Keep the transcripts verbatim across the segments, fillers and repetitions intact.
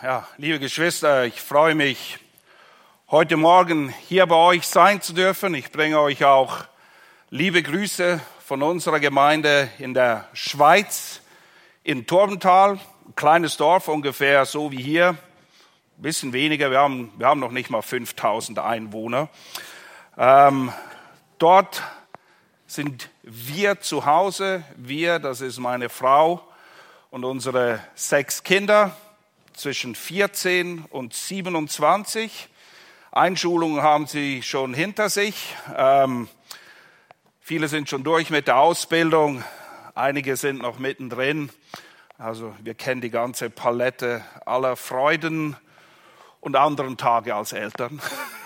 Ja, liebe Geschwister, ich freue mich, heute Morgen hier bei euch sein zu dürfen. Ich bringe euch auch liebe Grüße von unserer Gemeinde in der Schweiz, in Torbental, ein kleines Dorf ungefähr so wie hier, ein bisschen weniger, wir haben, wir haben noch nicht mal fünftausend Einwohner. Ähm, dort sind wir zu Hause, wir, das ist meine Frau und unsere sechs Kinder, zwischen vierzehn und siebenundzwanzig. Einschulungen haben sie schon hinter sich. Ähm, viele sind schon durch mit der Ausbildung. Einige sind noch mittendrin. Also wir kennen die ganze Palette aller Freuden und anderen Tage als Eltern.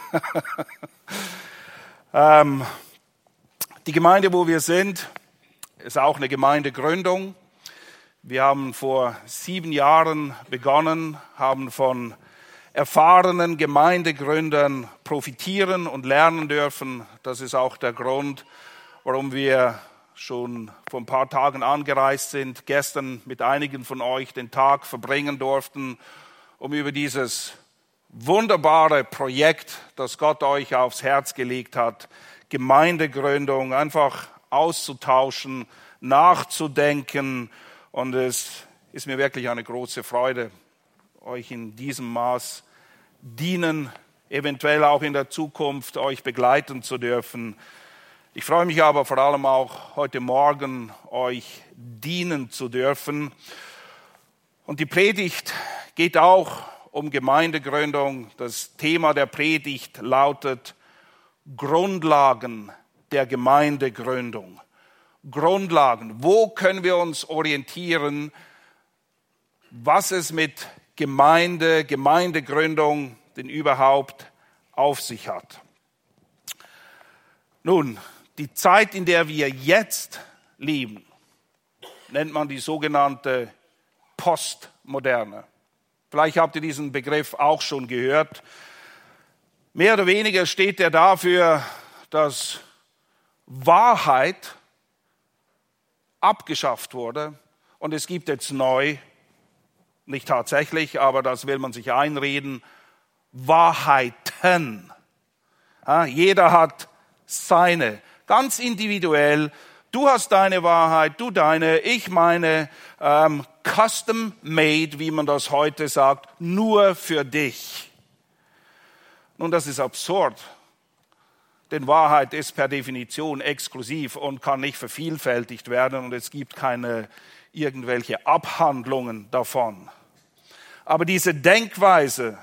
ähm, die Gemeinde, wo wir sind, ist auch eine Gemeindegründung. Wir haben vor sieben Jahren begonnen, haben von erfahrenen Gemeindegründern profitieren und lernen dürfen. Das ist auch der Grund, warum wir schon vor ein paar Tagen angereist sind, gestern mit einigen von euch den Tag verbringen durften, um über dieses wunderbare Projekt, das Gott euch aufs Herz gelegt hat, Gemeindegründung, einfach auszutauschen, nachzudenken. Und es ist mir wirklich eine große Freude, euch in diesem Maß dienen, eventuell auch in der Zukunft euch begleiten zu dürfen. Ich freue mich aber vor allem auch heute Morgen, euch dienen zu dürfen. Und die Predigt geht auch um Gemeindegründung. Das Thema der Predigt lautet Grundlagen der Gemeindegründung. Grundlagen. Wo können wir uns orientieren, was es mit Gemeinde, Gemeindegründung denn überhaupt auf sich hat? Nun, die Zeit, in der wir jetzt leben, nennt man die sogenannte Postmoderne. Vielleicht habt ihr diesen Begriff auch schon gehört. Mehr oder weniger steht er dafür, dass Wahrheit abgeschafft wurde und es gibt jetzt neu, nicht tatsächlich, aber das will man sich einreden, Wahrheiten. Ja, jeder hat seine, ganz individuell. Du hast deine Wahrheit, du deine, ich meine, ähm, custom made, wie man das heute sagt, nur für dich. Nun, das ist absurd. Denn Wahrheit ist per Definition exklusiv und kann nicht vervielfältigt werden und es gibt keine irgendwelche Abhandlungen davon. Aber diese Denkweise,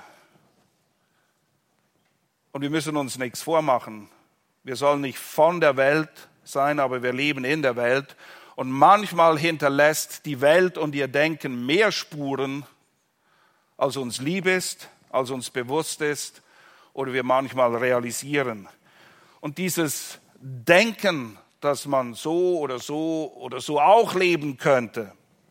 und wir müssen uns nichts vormachen, wir sollen nicht von der Welt sein, aber wir leben in der Welt und manchmal hinterlässt die Welt und ihr Denken mehr Spuren, als uns lieb ist, als uns bewusst ist oder wir manchmal realisieren. Und dieses Denken, dass man so oder so oder so auch leben könnte,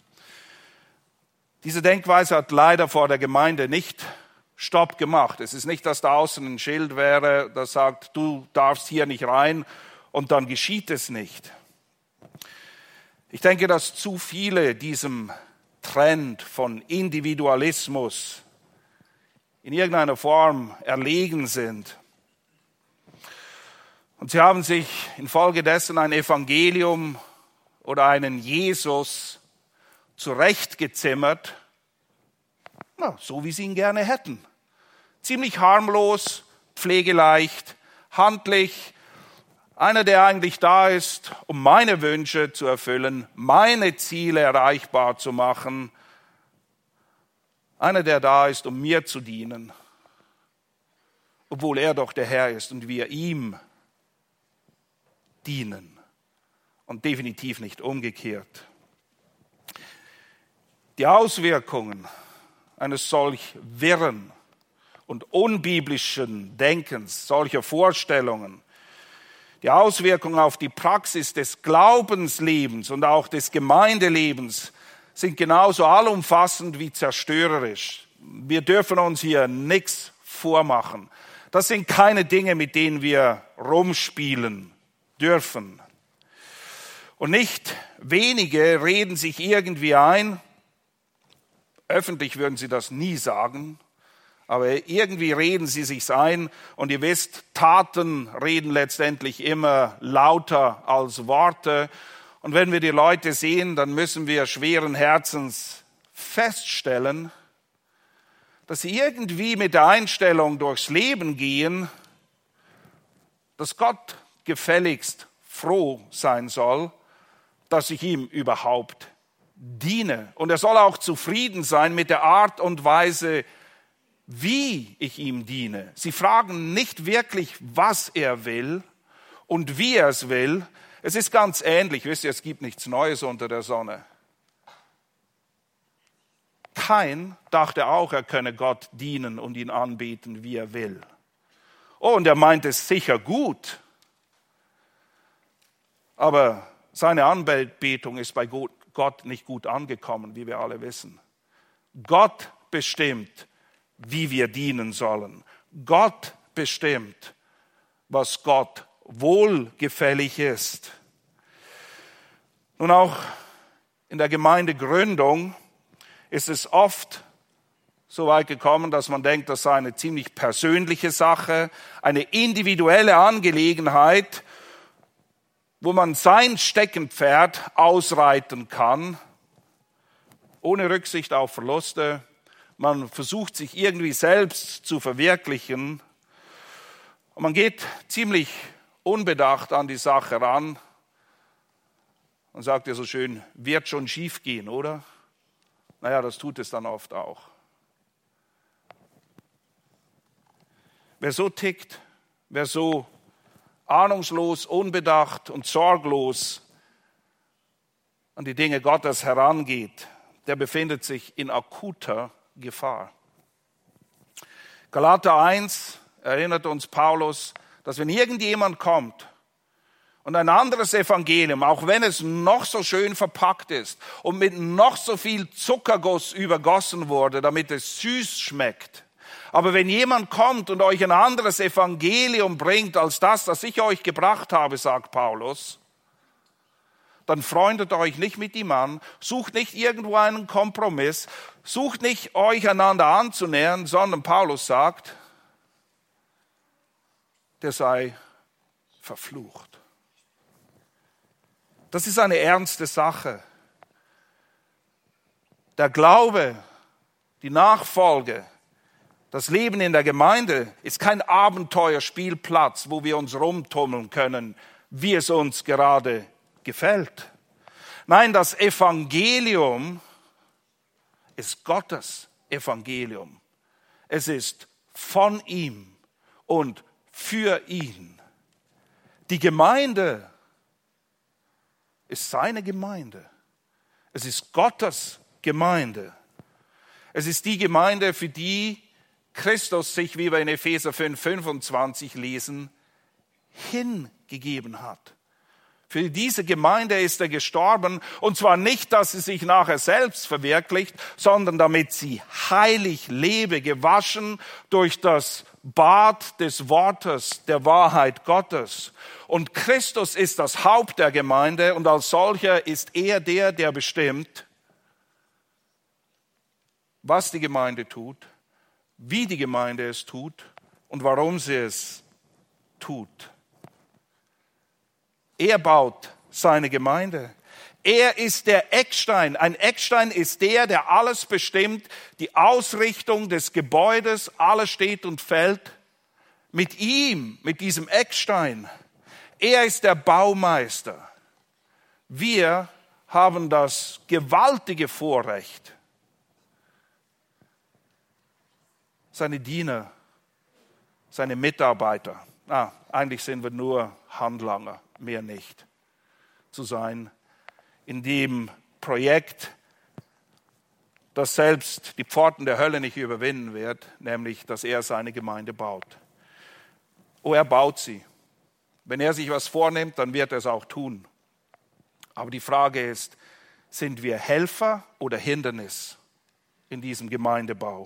diese Denkweise hat leider vor der Gemeinde nicht Stopp gemacht. Es ist nicht, dass da außen ein Schild wäre, das sagt, du darfst hier nicht rein und dann geschieht es nicht. Ich denke, dass zu viele diesem Trend von Individualismus in irgendeiner Form erlegen sind. Und sie haben sich infolgedessen ein Evangelium oder einen Jesus zurechtgezimmert, na, so wie sie ihn gerne hätten. Ziemlich harmlos, pflegeleicht, handlich. Einer, der eigentlich da ist, um meine Wünsche zu erfüllen, meine Ziele erreichbar zu machen. Einer, der da ist, um mir zu dienen, obwohl er doch der Herr ist und wir ihm dienen und definitiv nicht umgekehrt. Die Auswirkungen eines solch wirren und unbiblischen Denkens, solcher Vorstellungen, die Auswirkungen auf die Praxis des Glaubenslebens und auch des Gemeindelebens sind genauso allumfassend wie zerstörerisch. Wir dürfen uns hier nichts vormachen. Das sind keine Dinge, mit denen wir rumspielen dürfen. Und nicht wenige reden sich irgendwie ein, Öffentlich würden sie das nie sagen, aber irgendwie reden sie sich's ein. Und ihr wisst, Taten reden letztendlich immer lauter als Worte. Und wenn wir die Leute sehen, dann müssen wir schweren Herzens feststellen, dass sie irgendwie mit der Einstellung durchs Leben gehen, dass Gott gefälligst froh sein soll, dass ich ihm überhaupt diene. Und er soll auch zufrieden sein mit der Art und Weise, wie ich ihm diene. Sie fragen nicht wirklich, was er will und wie er es will. Es ist ganz ähnlich. Wisst ihr, es gibt nichts Neues unter der Sonne. Kain dachte auch, er könne Gott dienen und ihn anbeten, wie er will. Oh, und er meint es sicher gut. Aber seine Anbetung ist bei Gott nicht gut angekommen, wie wir alle wissen. Gott bestimmt, wie wir dienen sollen. Gott bestimmt, was Gott wohlgefällig ist. Nun auch in der Gemeindegründung ist es oft so weit gekommen, dass man denkt, das sei eine ziemlich persönliche Sache, eine individuelle Angelegenheit, wo man sein Steckenpferd ausreiten kann, ohne Rücksicht auf Verluste. Man versucht sich irgendwie selbst zu verwirklichen. Und man geht ziemlich unbedacht an die Sache ran und sagt ja so schön, wird schon schief gehen, oder? Naja, das tut es dann oft auch. Wer so tickt, wer so ahnungslos, unbedacht und sorglos an die Dinge Gottes herangeht, der befindet sich in akuter Gefahr. Galater eins erinnert uns Paulus, dass wenn irgendjemand kommt und ein anderes Evangelium, auch wenn es noch so schön verpackt ist und mit noch so viel Zuckerguss übergossen wurde, damit es süß schmeckt, aber wenn jemand kommt und euch ein anderes Evangelium bringt als das, das ich euch gebracht habe, sagt Paulus, dann freundet euch nicht mit ihm an, sucht nicht irgendwo einen Kompromiss, sucht nicht euch einander anzunähern, sondern Paulus sagt, der sei verflucht. Das ist eine ernste Sache. Der Glaube, die Nachfolge, das Leben in der Gemeinde ist kein Abenteuerspielplatz, wo wir uns rumtummeln können, wie es uns gerade gefällt. Nein, das Evangelium ist Gottes Evangelium. Es ist von ihm und für ihn. Die Gemeinde ist seine Gemeinde. Es ist Gottes Gemeinde. Es ist die Gemeinde, für die Christus sich, wie wir in Epheser fünf, fünfundzwanzig lesen, hingegeben hat. Für diese Gemeinde ist er gestorben, und zwar nicht, dass sie sich nachher selbst verwirklicht, sondern damit sie heilig lebe, gewaschen durch das Bad des Wortes, der Wahrheit Gottes. Und Christus ist das Haupt der Gemeinde, und als solcher ist er der, der bestimmt, was die Gemeinde tut, wie die Gemeinde es tut und warum sie es tut. Er baut seine Gemeinde. Er ist der Eckstein. Ein Eckstein ist der, der alles bestimmt, die Ausrichtung des Gebäudes, alles steht und fällt mit ihm, mit diesem Eckstein. Er ist der Baumeister. Wir haben das gewaltige Vorrecht, seine Diener, seine Mitarbeiter, ah, eigentlich sind wir nur Handlanger, mehr nicht, zu sein in dem Projekt, das selbst die Pforten der Hölle nicht überwinden wird, nämlich, dass er seine Gemeinde baut. Oh, er baut sie. Wenn er sich was vornimmt, dann wird er es auch tun. Aber die Frage ist, sind wir Helfer oder Hindernis in diesem Gemeindebau?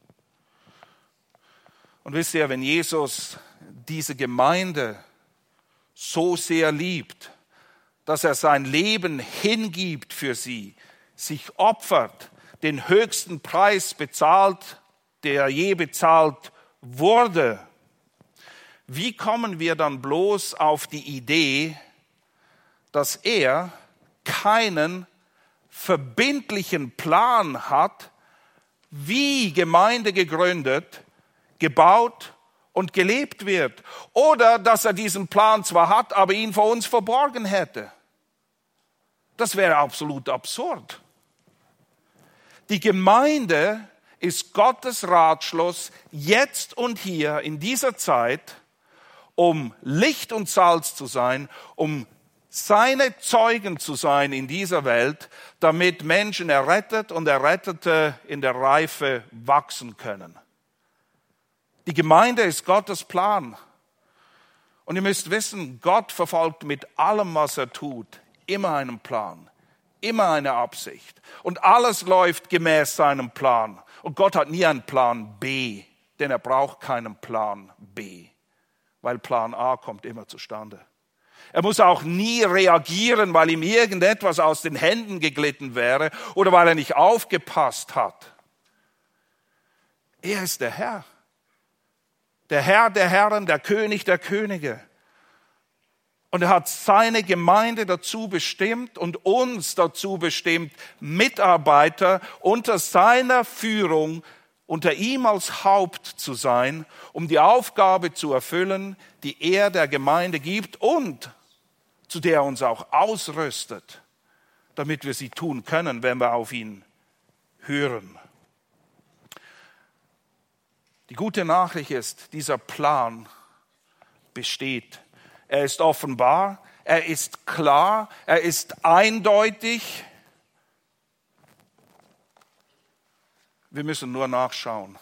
Und wisst ihr, wenn Jesus diese Gemeinde so sehr liebt, dass er sein Leben hingibt für sie, sich opfert, den höchsten Preis bezahlt, der je bezahlt wurde. Wie kommen wir dann bloß auf die Idee, dass er keinen verbindlichen Plan hat, wie Gemeinde gegründet, gebaut und gelebt wird? Oder dass er diesen Plan zwar hat, aber ihn vor uns verborgen hätte? Das wäre absolut absurd. Die Gemeinde ist Gottes Ratschluss jetzt und hier in dieser Zeit, um Licht und Salz zu sein, um seine Zeugen zu sein in dieser Welt, damit Menschen errettet und Errettete in der Reife wachsen können. Die Gemeinde ist Gottes Plan. Und ihr müsst wissen, Gott verfolgt mit allem, was er tut, immer einen Plan, immer eine Absicht. Und alles läuft gemäß seinem Plan. Und Gott hat nie einen Plan B, denn er braucht keinen Plan B, weil Plan A kommt immer zustande. Er muss auch nie reagieren, weil ihm irgendetwas aus den Händen geglitten wäre oder weil er nicht aufgepasst hat. Er ist der Herr. Der Herr der Herren, der König der Könige. Und er hat seine Gemeinde dazu bestimmt und uns dazu bestimmt, Mitarbeiter unter seiner Führung, unter ihm als Haupt zu sein, um die Aufgabe zu erfüllen, die er der Gemeinde gibt und zu der er uns auch ausrüstet, damit wir sie tun können, wenn wir auf ihn hören. Die gute Nachricht ist, dieser Plan besteht. Er ist offenbar, er ist klar, er ist eindeutig. Wir müssen nur nachschauen.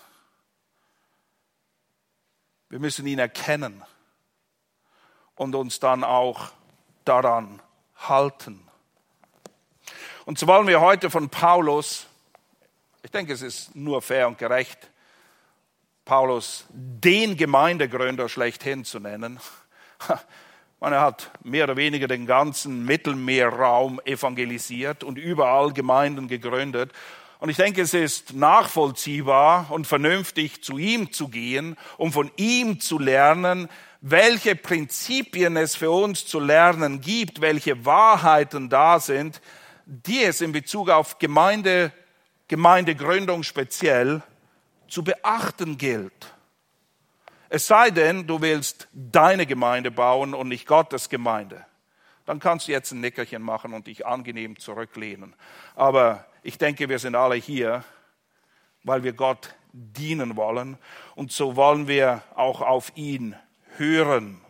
Wir müssen ihn erkennen und uns dann auch daran halten. Und so wollen wir heute von Paulus, ich denke, es ist nur fair und gerecht, Paulus den Gemeindegründer schlechthin zu nennen. Er hat mehr oder weniger den ganzen Mittelmeerraum evangelisiert und überall Gemeinden gegründet. Und ich denke, es ist nachvollziehbar und vernünftig, zu ihm zu gehen, um von ihm zu lernen, welche Prinzipien es für uns zu lernen gibt, welche Wahrheiten da sind, die es in Bezug auf Gemeinde, Gemeindegründung speziell zu beachten gilt. Es sei denn, du willst deine Gemeinde bauen und nicht Gottes Gemeinde. Dann kannst du jetzt ein Nickerchen machen und dich angenehm zurücklehnen. Aber ich denke, wir sind alle hier, weil wir Gott dienen wollen. Und so wollen wir auch auf ihn hören.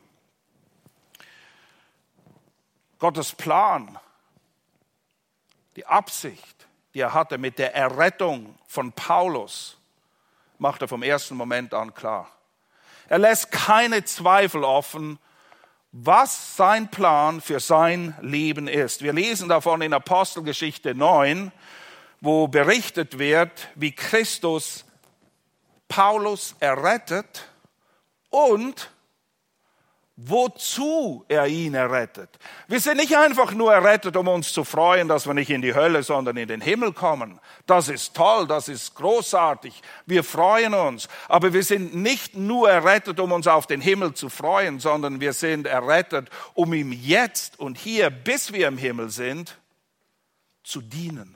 Gottes Plan, die Absicht, die er hatte mit der Errettung von Paulus, macht er vom ersten Moment an klar. Er lässt keine Zweifel offen, was sein Plan für sein Leben ist. Wir lesen davon in Apostelgeschichte neun, wo berichtet wird, wie Christus Paulus errettet und wozu er ihn errettet. Wir sind nicht einfach nur errettet, um uns zu freuen, dass wir nicht in die Hölle, sondern in den Himmel kommen. Das ist toll, das ist großartig. Wir freuen uns. Aber wir sind nicht nur errettet, um uns auf den Himmel zu freuen, sondern wir sind errettet, um ihm jetzt und hier, bis wir im Himmel sind, zu dienen.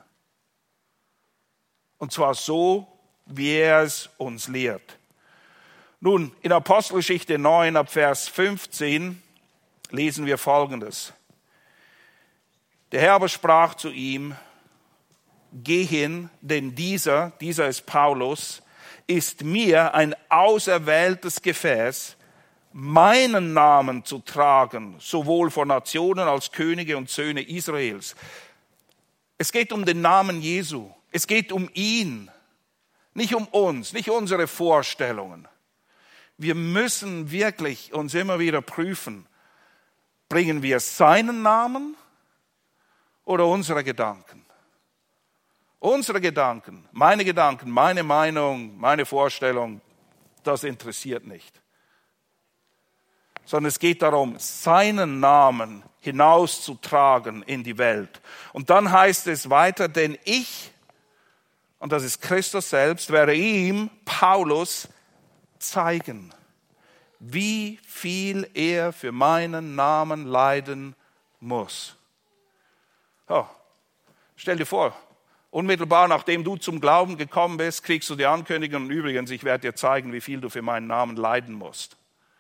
Und zwar so, wie er es uns lehrt. Nun, in Apostelgeschichte neun, ab Vers fünfzehn, lesen wir Folgendes. Der Herr aber sprach zu ihm, geh hin, denn dieser, dieser ist Paulus, ist mir ein auserwähltes Gefäß, meinen Namen zu tragen, sowohl vor Nationen als Könige und Söhne Israels. Es geht um den Namen Jesu. Es geht um ihn, nicht um uns, nicht unsere Vorstellungen. Wir müssen wirklich uns immer wieder prüfen, bringen wir seinen Namen oder unsere Gedanken? Unsere Gedanken, meine Gedanken, meine Meinung, meine Vorstellung, das interessiert nicht. Sondern es geht darum, seinen Namen hinauszutragen in die Welt. Und dann heißt es weiter, denn ich und das ist Christus selbst, werde ihm, Paulus, zeigen, wie viel er für meinen Namen leiden muss. Oh, stell dir vor, unmittelbar nachdem du zum Glauben gekommen bist, kriegst du die Ankündigung, und übrigens, ich werde dir zeigen, wie viel du für meinen Namen leiden musst.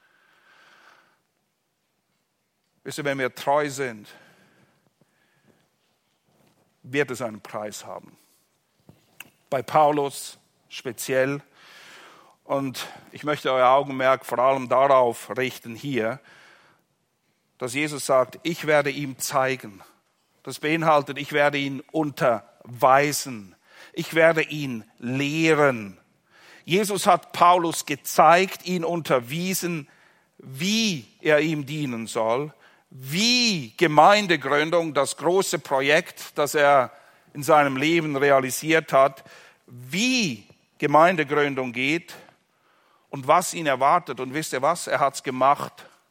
Wisst ihr, wenn wir treu sind, wird es einen Preis haben. Bei Paulus speziell. Und ich möchte euer Augenmerk vor allem darauf richten hier, dass Jesus sagt, ich werde ihm zeigen. Das beinhaltet, ich werde ihn unterweisen. Ich werde ihn lehren. Jesus hat Paulus gezeigt, ihn unterwiesen, wie er ihm dienen soll, wie Gemeindegründung, das große Projekt, das er in seinem Leben realisiert hat, wie Gemeindegründung geht und was ihn erwartet. Und wisst ihr was? Er hat es gemacht,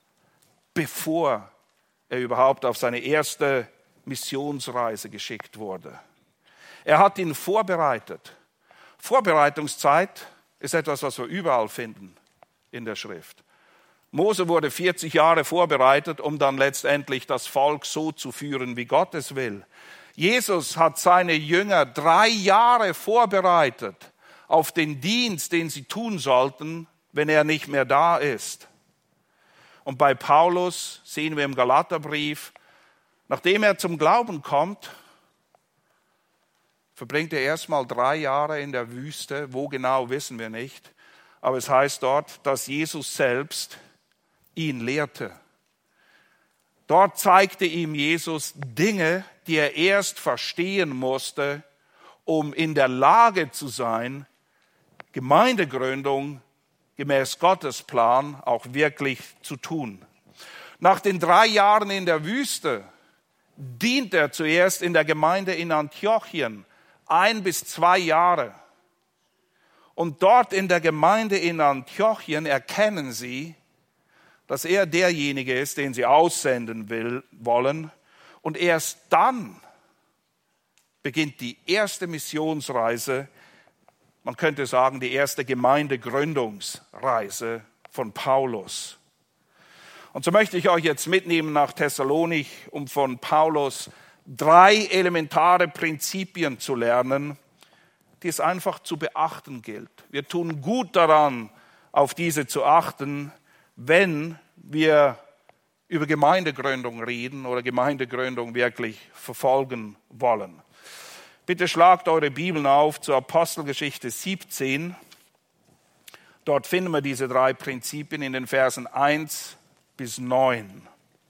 bevor er überhaupt auf seine erste Missionsreise geschickt wurde. Er hat ihn vorbereitet. Vorbereitungszeit ist etwas, was wir überall finden in der Schrift. Mose wurde vierzig Jahre vorbereitet, um dann letztendlich das Volk so zu führen, wie Gott es will. Jesus hat seine Jünger drei Jahre vorbereitet auf den Dienst, den sie tun sollten, wenn er nicht mehr da ist. Und bei Paulus sehen wir im Galaterbrief, nachdem er zum Glauben kommt, verbringt er erstmal drei Jahre in der Wüste. Wo genau, wissen wir nicht. Aber es heißt dort, dass Jesus selbst ihn lehrte. Dort zeigte ihm Jesus Dinge, die er erst verstehen musste, um in der Lage zu sein, Gemeindegründung gemäß Gottes Plan auch wirklich zu tun. Nach den drei Jahren in der Wüste dient er zuerst in der Gemeinde in Antiochien, ein bis zwei Jahre. Und dort in der Gemeinde in Antiochien erkennen sie, dass er derjenige ist, den sie aussenden will, wollen. Und erst dann beginnt die erste Missionsreise, man könnte sagen, die erste Gemeindegründungsreise von Paulus. Und so möchte ich euch jetzt mitnehmen nach Thessalonich, um von Paulus drei elementare Prinzipien zu lernen, die es einfach zu beachten gilt. Wir tun gut daran, auf diese zu achten, wenn wir über Gemeindegründung reden oder Gemeindegründung wirklich verfolgen wollen. Bitte schlagt eure Bibeln auf zur Apostelgeschichte siebzehn. Dort finden wir diese drei Prinzipien in den Versen eins bis neun.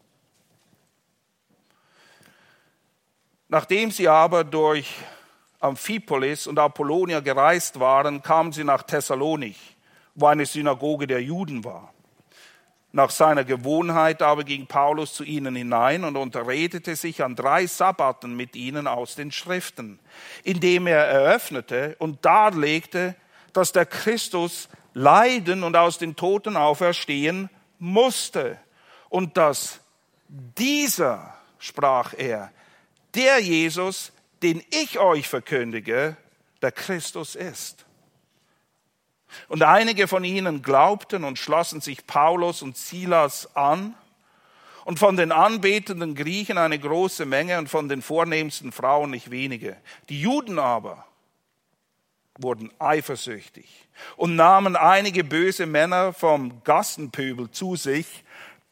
Nachdem sie aber durch Amphipolis und Apollonia gereist waren, kamen sie nach Thessalonich, wo eine Synagoge der Juden war. Nach seiner Gewohnheit aber ging Paulus zu ihnen hinein und unterredete sich an drei Sabbaten mit ihnen aus den Schriften, indem er eröffnete und darlegte, dass der Christus leiden und aus den Toten auferstehen musste und dass dieser, sprach er, der Jesus, den ich euch verkündige, der Christus ist. Und einige von ihnen glaubten und schlossen sich Paulus und Silas an, und von den anbetenden Griechen eine große Menge und von den vornehmsten Frauen nicht wenige. Die Juden aber wurden eifersüchtig und nahmen einige böse Männer vom Gassenpöbel zu sich,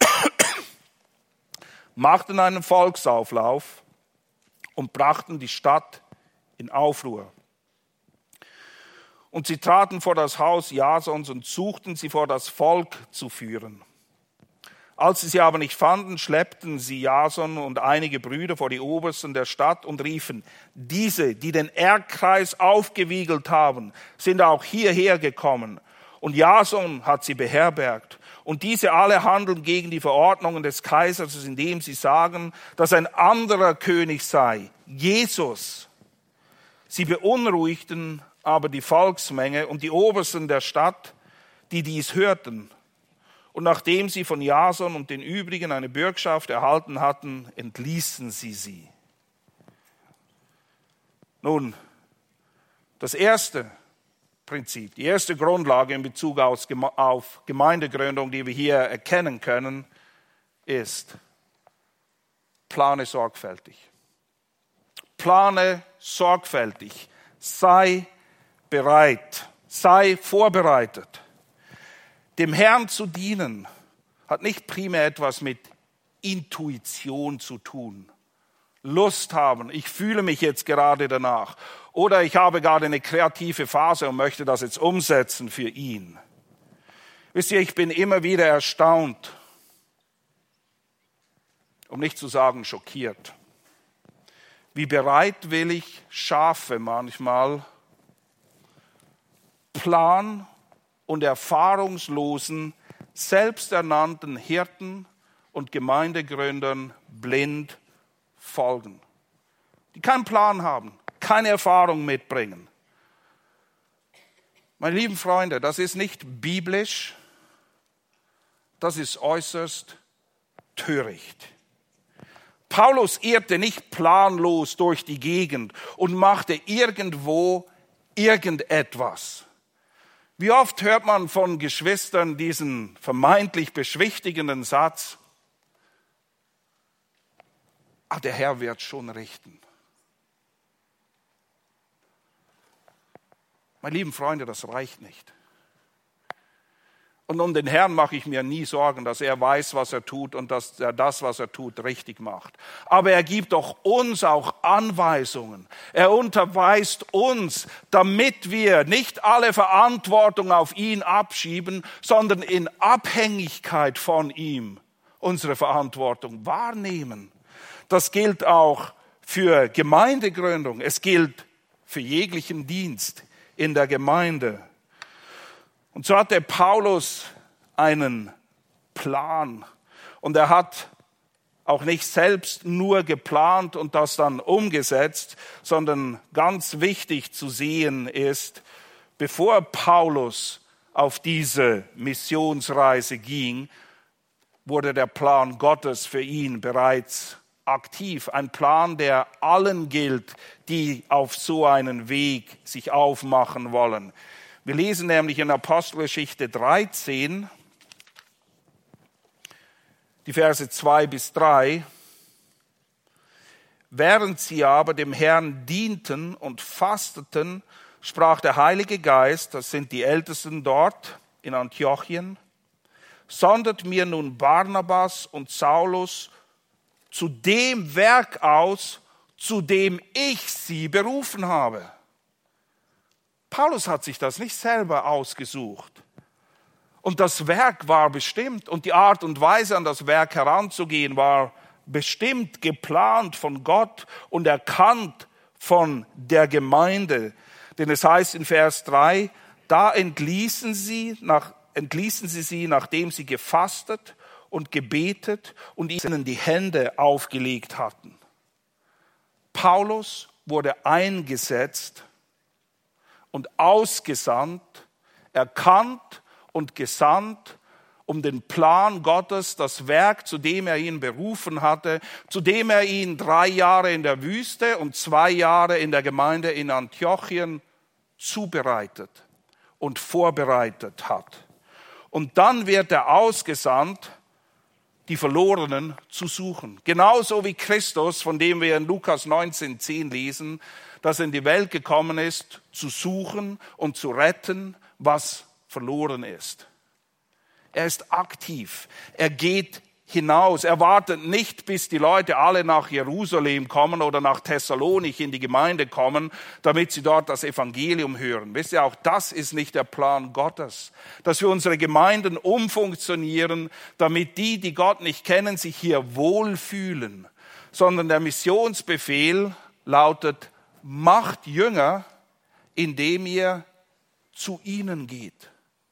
machten einen Volksauflauf und brachten die Stadt in Aufruhr. Und sie traten vor das Haus Jasons und suchten sie vor das Volk zu führen. Als sie sie aber nicht fanden, schleppten sie Jason und einige Brüder vor die Obersten der Stadt und riefen, diese, die den Erdkreis aufgewiegelt haben, sind auch hierher gekommen. Und Jason hat sie beherbergt. Und diese alle handeln gegen die Verordnungen des Kaisers, indem sie sagen, dass ein anderer König sei, Jesus. Sie beunruhigten aber die Volksmenge und die Obersten der Stadt, die dies hörten. Und nachdem sie von Jason und den übrigen eine Bürgschaft erhalten hatten, entließen sie sie. Nun, Das erste Prinzip, die erste Grundlage in Bezug auf Gemeindegründung, die wir hier erkennen können, ist: plane sorgfältig. Plane sorgfältig. Sei bereit. Sei vorbereitet. Dem Herrn zu dienen hat nicht primär etwas mit Intuition zu tun. Lust haben, ich fühle mich jetzt gerade danach. Oder ich habe gerade eine kreative Phase und möchte das jetzt umsetzen für ihn. Wisst ihr, ich bin immer wieder erstaunt, um nicht zu sagen schockiert, wie bereitwillig Schafe manchmal plan- und erfahrungslosen, selbsternannten Hirten und Gemeindegründern blind folgen. Die keinen Plan haben, keine Erfahrung mitbringen. Meine lieben Freunde, das ist nicht biblisch, das ist äußerst töricht. Paulus irrte nicht planlos durch die Gegend und machte irgendwo irgendetwas. Wie oft hört man von Geschwistern diesen vermeintlich beschwichtigenden Satz: Ah, der Herr wird schon richten. Meine lieben Freunde, das reicht nicht. Und um den Herrn mache ich mir nie Sorgen, dass er weiß, was er tut und dass er das, was er tut, richtig macht. Aber er gibt doch uns auch Anweisungen. Er unterweist uns, damit wir nicht alle Verantwortung auf ihn abschieben, sondern in Abhängigkeit von ihm unsere Verantwortung wahrnehmen. Das gilt auch für Gemeindegründung. Es gilt für jeglichen Dienst in der Gemeinde. Und so hat der Paulus einen Plan. Und er hat auch nicht selbst nur geplant und das dann umgesetzt, sondern ganz wichtig zu sehen ist, bevor Paulus auf diese Missionsreise ging, wurde der Plan Gottes für ihn bereits aktiv. Ein Plan, der allen gilt, die auf so einen Weg sich aufmachen wollen. Wir lesen nämlich in Apostelgeschichte dreizehn, die Verse zwei bis drei. Während sie aber dem Herrn dienten und fasteten, sprach der Heilige Geist, das sind die Ältesten dort in Antiochien, sondert mir nun Barnabas und Saulus zu dem Werk aus, zu dem ich sie berufen habe. Paulus hat sich das nicht selber ausgesucht. Und das Werk war bestimmt und die Art und Weise, an das Werk heranzugehen, war bestimmt, geplant von Gott und erkannt von der Gemeinde. Denn es heißt in Vers drei, da entließen sie, nach, entließen sie sie, nachdem sie gefastet und gebetet und ihnen die Hände aufgelegt hatten. Paulus wurde eingesetzt und ausgesandt, erkannt und gesandt, um den Plan Gottes, das Werk, zu dem er ihn berufen hatte, zu dem er ihn drei Jahre in der Wüste und zwei Jahre in der Gemeinde in Antiochien zubereitet und vorbereitet hat. Und dann wird er ausgesandt, die Verlorenen zu suchen. Genauso wie Christus, von dem wir in Lukas neunzehn zehn lesen, dass er in die Welt gekommen ist, zu suchen und zu retten, was verloren ist. Er ist aktiv. Er geht hinaus. Er wartet nicht, bis die Leute alle nach Jerusalem kommen oder nach Thessalonich in die Gemeinde kommen, damit sie dort das Evangelium hören. Wisst ihr, auch das ist nicht der Plan Gottes. Dass wir unsere Gemeinden umfunktionieren, damit die, die Gott nicht kennen, sich hier wohlfühlen. Sondern der Missionsbefehl lautet, macht Jünger, indem ihr zu ihnen geht.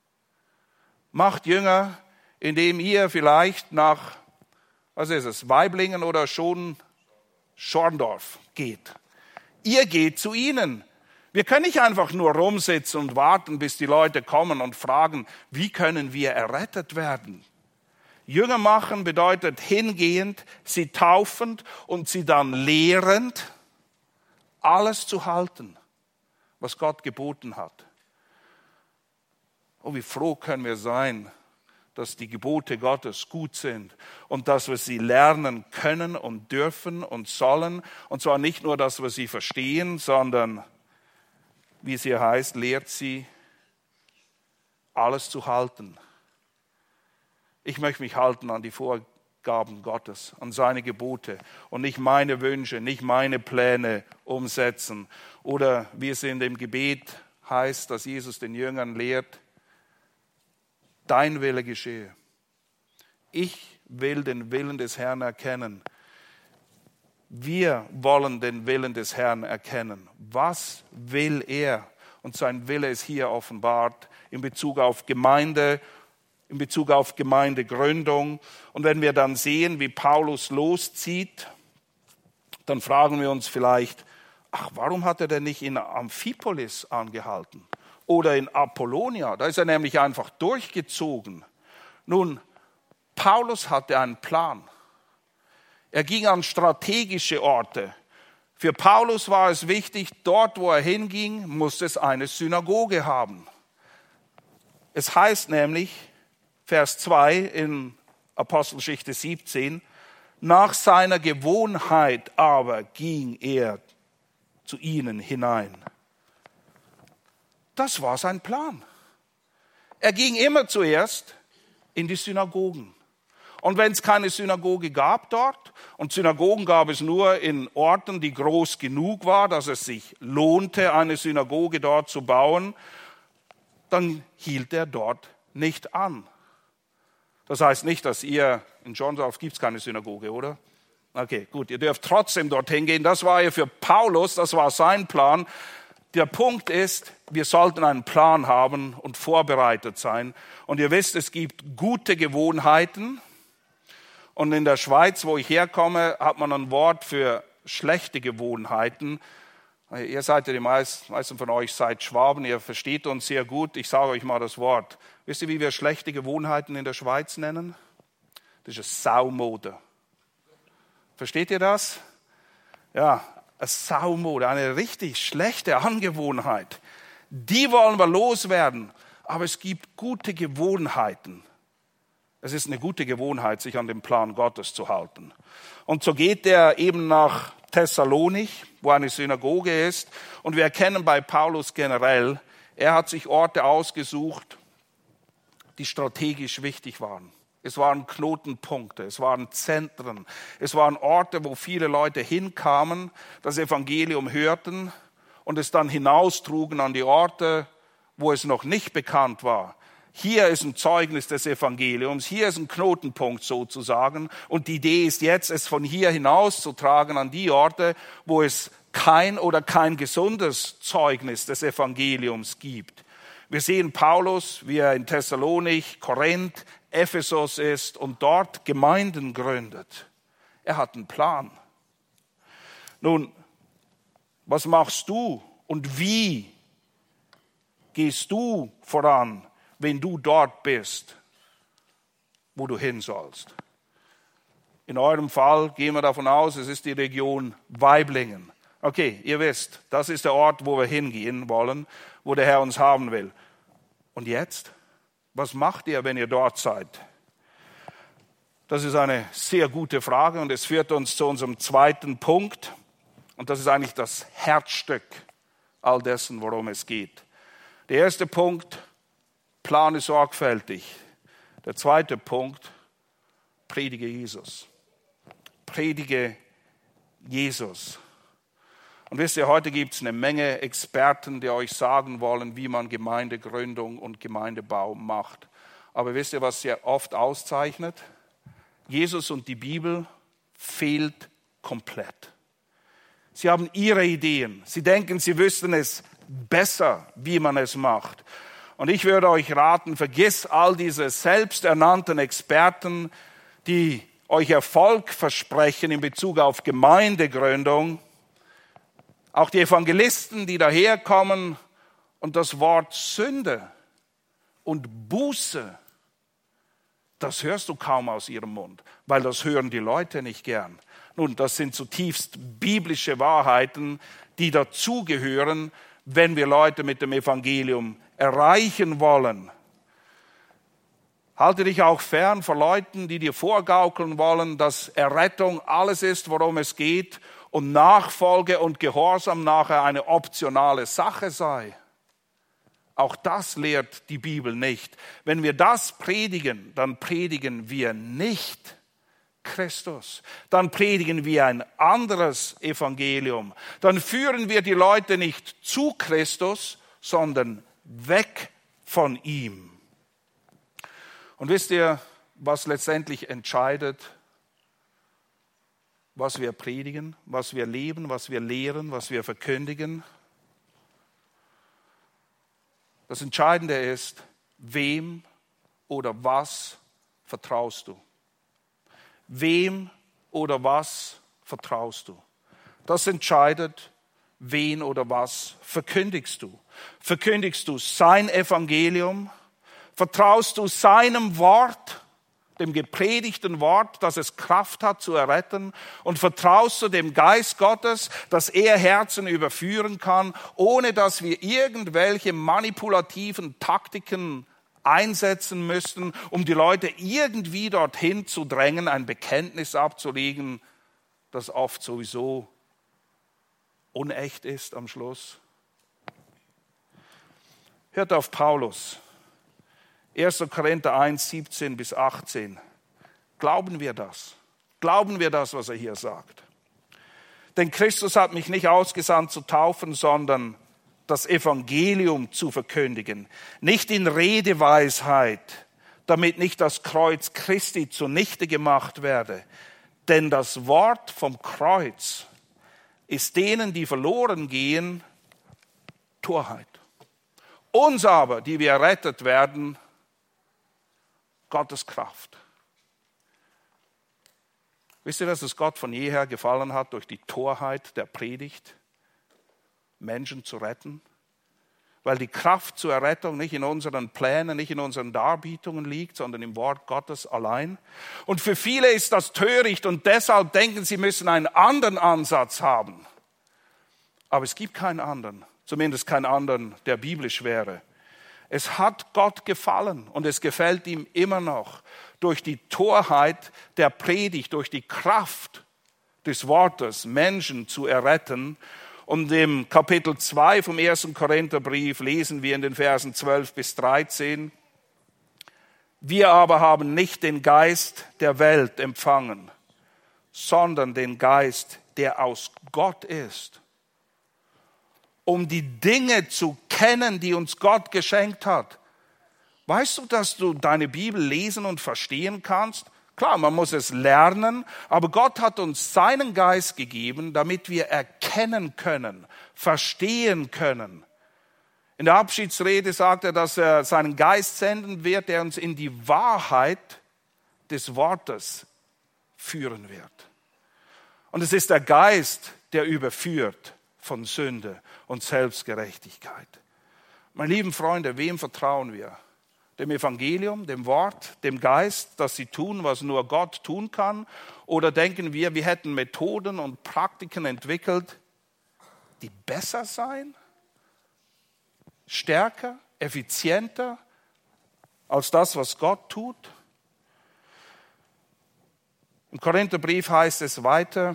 Macht Jünger, indem ihr vielleicht nach, was ist es, Waiblingen oder schon Schorndorf geht. Ihr geht zu ihnen. Wir können nicht einfach nur rumsitzen und warten, bis die Leute kommen und fragen, wie können wir errettet werden? Jünger machen bedeutet hingehend, sie taufend und sie dann lehrend, alles zu halten, was Gott geboten hat. Oh, wie froh können wir sein, dass die Gebote Gottes gut sind und dass wir sie lernen können und dürfen und sollen. Und zwar nicht nur, dass wir sie verstehen, sondern, wie es hier heißt, lehrt sie, alles zu halten. Ich möchte mich halten an die Vorgaben Gottes, an seine Gebote und nicht meine Wünsche, nicht meine Pläne umsetzen. Oder wie es in dem Gebet heißt, dass Jesus den Jüngern lehrt, dein Wille geschehe. Ich will den Willen des Herrn erkennen. Wir wollen den Willen des Herrn erkennen. Was will er? Und sein Wille ist hier offenbart in Bezug auf Gemeinde, in Bezug auf Gemeindegründung. Und wenn wir dann sehen, wie Paulus loszieht, dann fragen wir uns vielleicht, ach, warum hat er denn nicht in Amphipolis angehalten? Oder in Apollonia, da ist er nämlich einfach durchgezogen. Nun, Paulus hatte einen Plan. Er ging an strategische Orte. Für Paulus war es wichtig, dort wo er hinging, musste es eine Synagoge haben. Es heißt nämlich, Vers zwei in Apostelgeschichte siebzehn, nach seiner Gewohnheit aber ging er zu ihnen hinein. Das war sein Plan. Er ging immer zuerst in die Synagogen. Und wenn es keine Synagoge gab dort, und Synagogen gab es nur in Orten, die groß genug waren, dass es sich lohnte, eine Synagoge dort zu bauen, dann hielt er dort nicht an. Das heißt nicht, dass ihr, in Johnsdorf gibt es keine Synagoge, oder? Okay, gut, ihr dürft trotzdem dorthin gehen. Das war ja für Paulus, das war sein Plan. Der Punkt ist, wir sollten einen Plan haben und vorbereitet sein. Und ihr wisst, es gibt gute Gewohnheiten. Und in der Schweiz, wo ich herkomme, hat man ein Wort für schlechte Gewohnheiten. Ihr seid ja die meisten, meisten von euch seid Schwaben, ihr versteht uns sehr gut. Ich sage euch mal das Wort. Wisst ihr, wie wir schlechte Gewohnheiten in der Schweiz nennen? Das ist eine Saumode. Versteht ihr das? Ja. Eine Saumode, eine richtig schlechte Angewohnheit. Die wollen wir loswerden. Aber es gibt gute Gewohnheiten. Es ist eine gute Gewohnheit, sich an den Plan Gottes zu halten. Und so geht er eben nach Thessalonich, wo eine Synagoge ist. Und wir erkennen bei Paulus generell, er hat sich Orte ausgesucht, die strategisch wichtig waren. Es waren Knotenpunkte, es waren Zentren, es waren Orte, wo viele Leute hinkamen, das Evangelium hörten und es dann hinaustrugen an die Orte, wo es noch nicht bekannt war. Hier ist ein Zeugnis des Evangeliums, hier ist ein Knotenpunkt sozusagen und die Idee ist jetzt, es von hier hinauszutragen an die Orte, wo es kein oder kein gesundes Zeugnis des Evangeliums gibt. Wir sehen Paulus, wie er in Thessalonich, Korinth, Ephesus ist und dort Gemeinden gründet. Er hat einen Plan. Nun, was machst du und wie gehst du voran, wenn du dort bist, wo du hin sollst? In eurem Fall gehen wir davon aus, es ist die Region Waiblingen. Okay, ihr wisst, das ist der Ort, wo wir hingehen wollen, wo der Herr uns haben will. Und jetzt? Was macht ihr, wenn ihr dort seid? Das ist eine sehr gute Frage und es führt uns zu unserem zweiten Punkt. Und das ist eigentlich das Herzstück all dessen, worum es geht. Der erste Punkt, plane sorgfältig. Der zweite Punkt, predige Jesus. Predige Jesus. Und wisst ihr, heute gibt es eine Menge Experten, die euch sagen wollen, wie man Gemeindegründung und Gemeindebau macht. Aber wisst ihr, was sehr oft auszeichnet? Jesus und die Bibel fehlt komplett. Sie haben ihre Ideen. Sie denken, sie wüssten es besser, wie man es macht. Und ich würde euch raten, vergiss all diese selbsternannten Experten, die euch Erfolg versprechen in Bezug auf Gemeindegründung. Auch die Evangelisten, die daherkommen und das Wort Sünde und Buße, das hörst du kaum aus ihrem Mund, weil das hören die Leute nicht gern. Nun, das sind zutiefst biblische Wahrheiten, die dazugehören, wenn wir Leute mit dem Evangelium erreichen wollen. Halte dich auch fern von Leuten, die dir vorgaukeln wollen, dass Errettung alles ist, worum es geht und Nachfolge und Gehorsam nachher eine optionale Sache sei. Auch das lehrt die Bibel nicht. Wenn wir das predigen, dann predigen wir nicht Christus. Dann predigen wir ein anderes Evangelium. Dann führen wir die Leute nicht zu Christus, sondern weg von ihm. Und wisst ihr, was letztendlich entscheidet, was wir predigen, was wir leben, was wir lehren, was wir verkündigen? Das Entscheidende ist, wem oder was vertraust du? Wem oder was vertraust du? Das entscheidet, wen oder was verkündigst du. Verkündigst du sein Evangelium? Vertraust du seinem Wort, dem gepredigten Wort, dass es Kraft hat zu erretten? Und vertraust du dem Geist Gottes, dass er Herzen überführen kann, ohne dass wir irgendwelche manipulativen Taktiken einsetzen müssten, um die Leute irgendwie dorthin zu drängen, ein Bekenntnis abzulegen, das oft sowieso unecht ist am Schluss? Hört auf Paulus. erster Korinther eins, siebzehn bis achtzehn. Glauben wir das? Glauben wir das, was er hier sagt? Denn Christus hat mich nicht ausgesandt zu taufen, sondern das Evangelium zu verkündigen. Nicht in Redeweisheit, damit nicht das Kreuz Christi zunichte gemacht werde. Denn das Wort vom Kreuz ist denen, die verloren gehen, Torheit. Uns aber, die wir errettet werden, Gottes Kraft. Wisst ihr, dass es Gott von jeher gefallen hat, durch die Torheit der Predigt Menschen zu retten? Weil die Kraft zur Errettung nicht in unseren Plänen, nicht in unseren Darbietungen liegt, sondern im Wort Gottes allein. Und für viele ist das töricht und deshalb denken sie, müssen einen anderen Ansatz haben. Aber es gibt keinen anderen, zumindest keinen anderen, der biblisch wäre. Es hat Gott gefallen und es gefällt ihm immer noch, durch die Torheit der Predigt, durch die Kraft des Wortes Menschen zu erretten. Und im Kapitel zwei vom ersten Korintherbrief lesen wir in den Versen zwölf bis dreizehn, wir aber haben nicht den Geist der Welt empfangen, sondern den Geist, der aus Gott ist, um die Dinge zu kennen, die uns Gott geschenkt hat. Weißt du, dass du deine Bibel lesen und verstehen kannst? Klar, man muss es lernen, aber Gott hat uns seinen Geist gegeben, damit wir erkennen können, verstehen können. In der Abschiedsrede sagt er, dass er seinen Geist senden wird, der uns in die Wahrheit des Wortes führen wird. Und es ist der Geist, der überführt von Sünde und Selbstgerechtigkeit. Meine lieben Freunde, wem vertrauen wir? Dem Evangelium, dem Wort, dem Geist, dass sie tun, was nur Gott tun kann? Oder denken wir, wir hätten Methoden und Praktiken entwickelt, die besser seien, stärker, effizienter als das, was Gott tut? Im Korintherbrief heißt es weiter,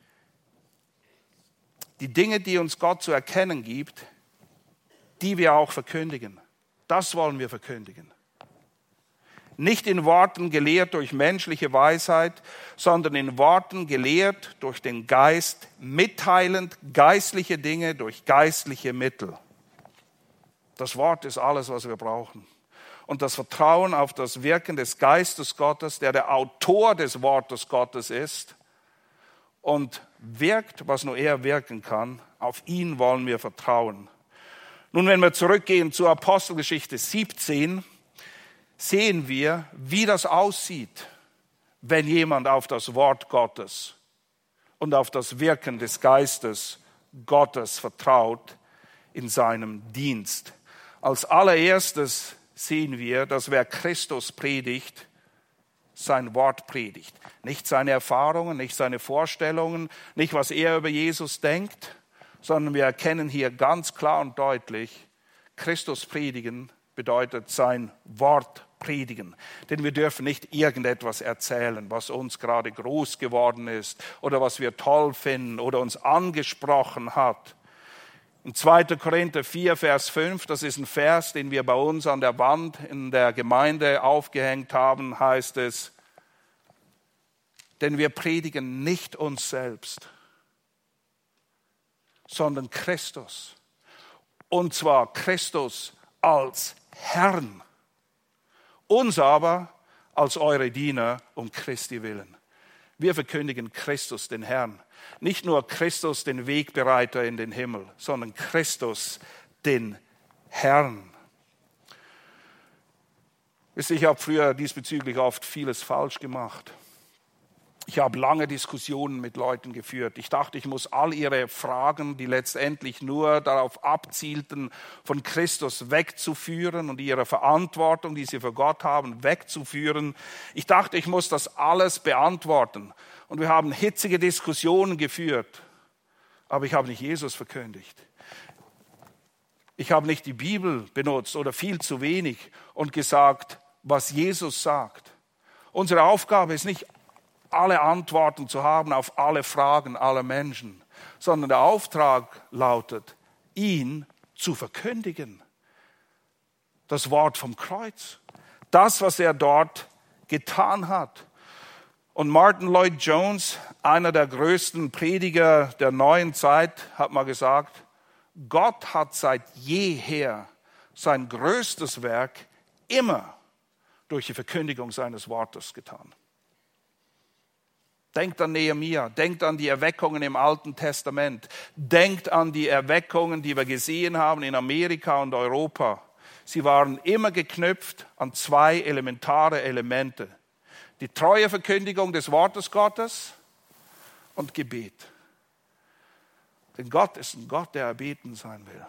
die Dinge, die uns Gott zu erkennen gibt, die wir auch verkündigen. Das wollen wir verkündigen. Nicht in Worten gelehrt durch menschliche Weisheit, sondern in Worten gelehrt durch den Geist, mitteilend geistliche Dinge durch geistliche Mittel. Das Wort ist alles, was wir brauchen. Und das Vertrauen auf das Wirken des Geistes Gottes, der der Autor des Wortes Gottes ist und wirkt, was nur er wirken kann, auf ihn wollen wir vertrauen. Nun, wenn wir zurückgehen zur Apostelgeschichte siebzehn, sehen wir, wie das aussieht, wenn jemand auf das Wort Gottes und auf das Wirken des Geistes Gottes vertraut in seinem Dienst. Als allererstes sehen wir, dass wer Christus predigt, sein Wort predigt. Nicht seine Erfahrungen, nicht seine Vorstellungen, nicht was er über Jesus denkt, sondern wir erkennen hier ganz klar und deutlich, Christus predigen bedeutet sein Wort predigen. Denn wir dürfen nicht irgendetwas erzählen, was uns gerade groß geworden ist oder was wir toll finden oder uns angesprochen hat. In zweiter Korinther vier, Vers fünf, das ist ein Vers, den wir bei uns an der Wand in der Gemeinde aufgehängt haben, heißt es, denn wir predigen nicht uns selbst, sondern Christus. Und zwar Christus als Herrn. Uns aber als eure Diener um Christi willen. Wir verkündigen Christus, den Herrn. Nicht nur Christus, den Wegbereiter in den Himmel, sondern Christus, den Herrn. Wisst ihr, ich habe früher diesbezüglich oft vieles falsch gemacht. Ich habe lange Diskussionen mit Leuten geführt. Ich dachte, ich muss all ihre Fragen, die letztendlich nur darauf abzielten, von Christus wegzuführen und ihre Verantwortung, die sie für Gott haben, wegzuführen. Ich dachte, ich muss das alles beantworten. Und wir haben hitzige Diskussionen geführt. Aber ich habe nicht Jesus verkündigt. Ich habe nicht die Bibel benutzt oder viel zu wenig und gesagt, was Jesus sagt. Unsere Aufgabe ist nicht, alle Antworten zu haben auf alle Fragen aller Menschen, sondern der Auftrag lautet, ihn zu verkündigen. Das Wort vom Kreuz. Das, was er dort getan hat. Und Martin Lloyd Jones, einer der größten Prediger der neuen Zeit, hat mal gesagt, Gott hat seit jeher sein größtes Werk immer durch die Verkündigung seines Wortes getan. Denkt an Nehemia, denkt an die Erweckungen im Alten Testament, denkt an die Erweckungen, die wir gesehen haben in Amerika und Europa. Sie waren immer geknüpft an zwei elementare Elemente. Die treue Verkündigung des Wortes Gottes und Gebet. Denn Gott ist ein Gott, der erbeten sein will.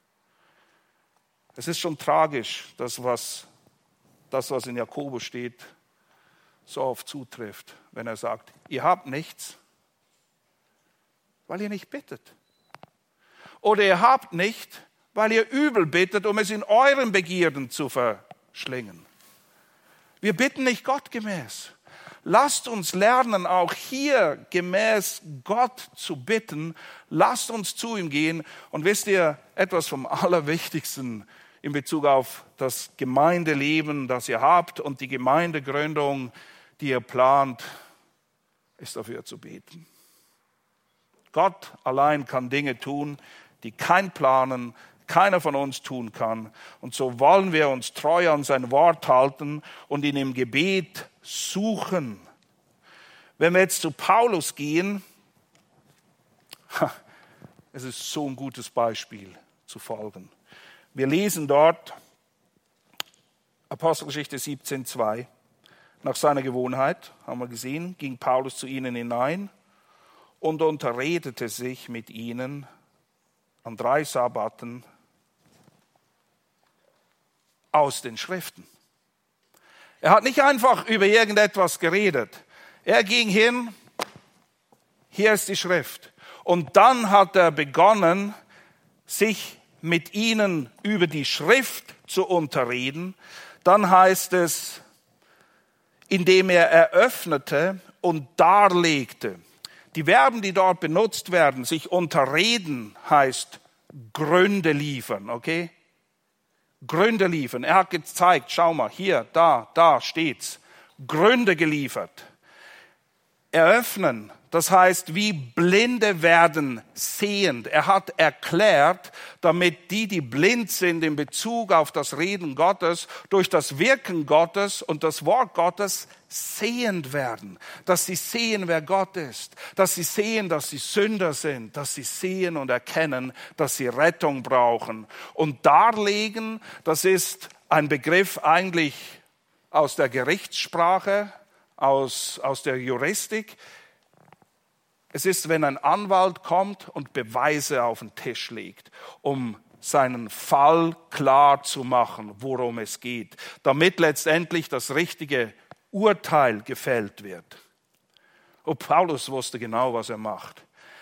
Es ist schon tragisch, dass was, das, was in Jakobus steht, so oft zutrifft, wenn er sagt, ihr habt nichts, weil ihr nicht bittet. Oder ihr habt nicht, weil ihr übel bittet, um es in euren Begierden zu verschlingen. Wir bitten nicht gottgemäß. Lasst uns lernen, auch hier gemäß Gott zu bitten. Lasst uns zu ihm gehen. Und wisst ihr, etwas vom Allerwichtigsten in Bezug auf das Gemeindeleben, das ihr habt und die Gemeindegründung, die ihr plant, ist dafür zu beten. Gott allein kann Dinge tun, die kein Planen, keiner von uns tun kann. Und so wollen wir uns treu an sein Wort halten und ihn im Gebet suchen. Wenn wir jetzt zu Paulus gehen, es ist so ein gutes Beispiel zu folgen. Wir lesen dort Apostelgeschichte siebzehn, zwei. Nach seiner Gewohnheit, haben wir gesehen, ging Paulus zu ihnen hinein und unterredete sich mit ihnen an drei Sabbaten aus den Schriften. Er hat nicht einfach über irgendetwas geredet. Er ging hin, hier ist die Schrift. Und dann hat er begonnen, sich mit ihnen über die Schrift zu unterreden. Dann heißt es, indem er eröffnete und darlegte. Die Verben, die dort benutzt werden, sich unterreden, heißt Gründe liefern, okay? Gründe liefern. Er hat gezeigt, schau mal, hier, da, da steht's. Gründe geliefert. Eröffnen, das heißt, wie Blinde werden sehend. Er hat erklärt, damit die, die blind sind in Bezug auf das Reden Gottes, durch das Wirken Gottes und das Wort Gottes sehend werden. Dass sie sehen, wer Gott ist. Dass sie sehen, dass sie Sünder sind. Dass sie sehen und erkennen, dass sie Rettung brauchen. Und darlegen, das ist ein Begriff eigentlich aus der Gerichtssprache, aus, aus der Juristik. Es ist, wenn ein Anwalt kommt und Beweise auf den Tisch legt, um seinen Fall klar zu machen, worum es geht, damit letztendlich das richtige Urteil gefällt wird. Und Paulus wusste genau, was er macht.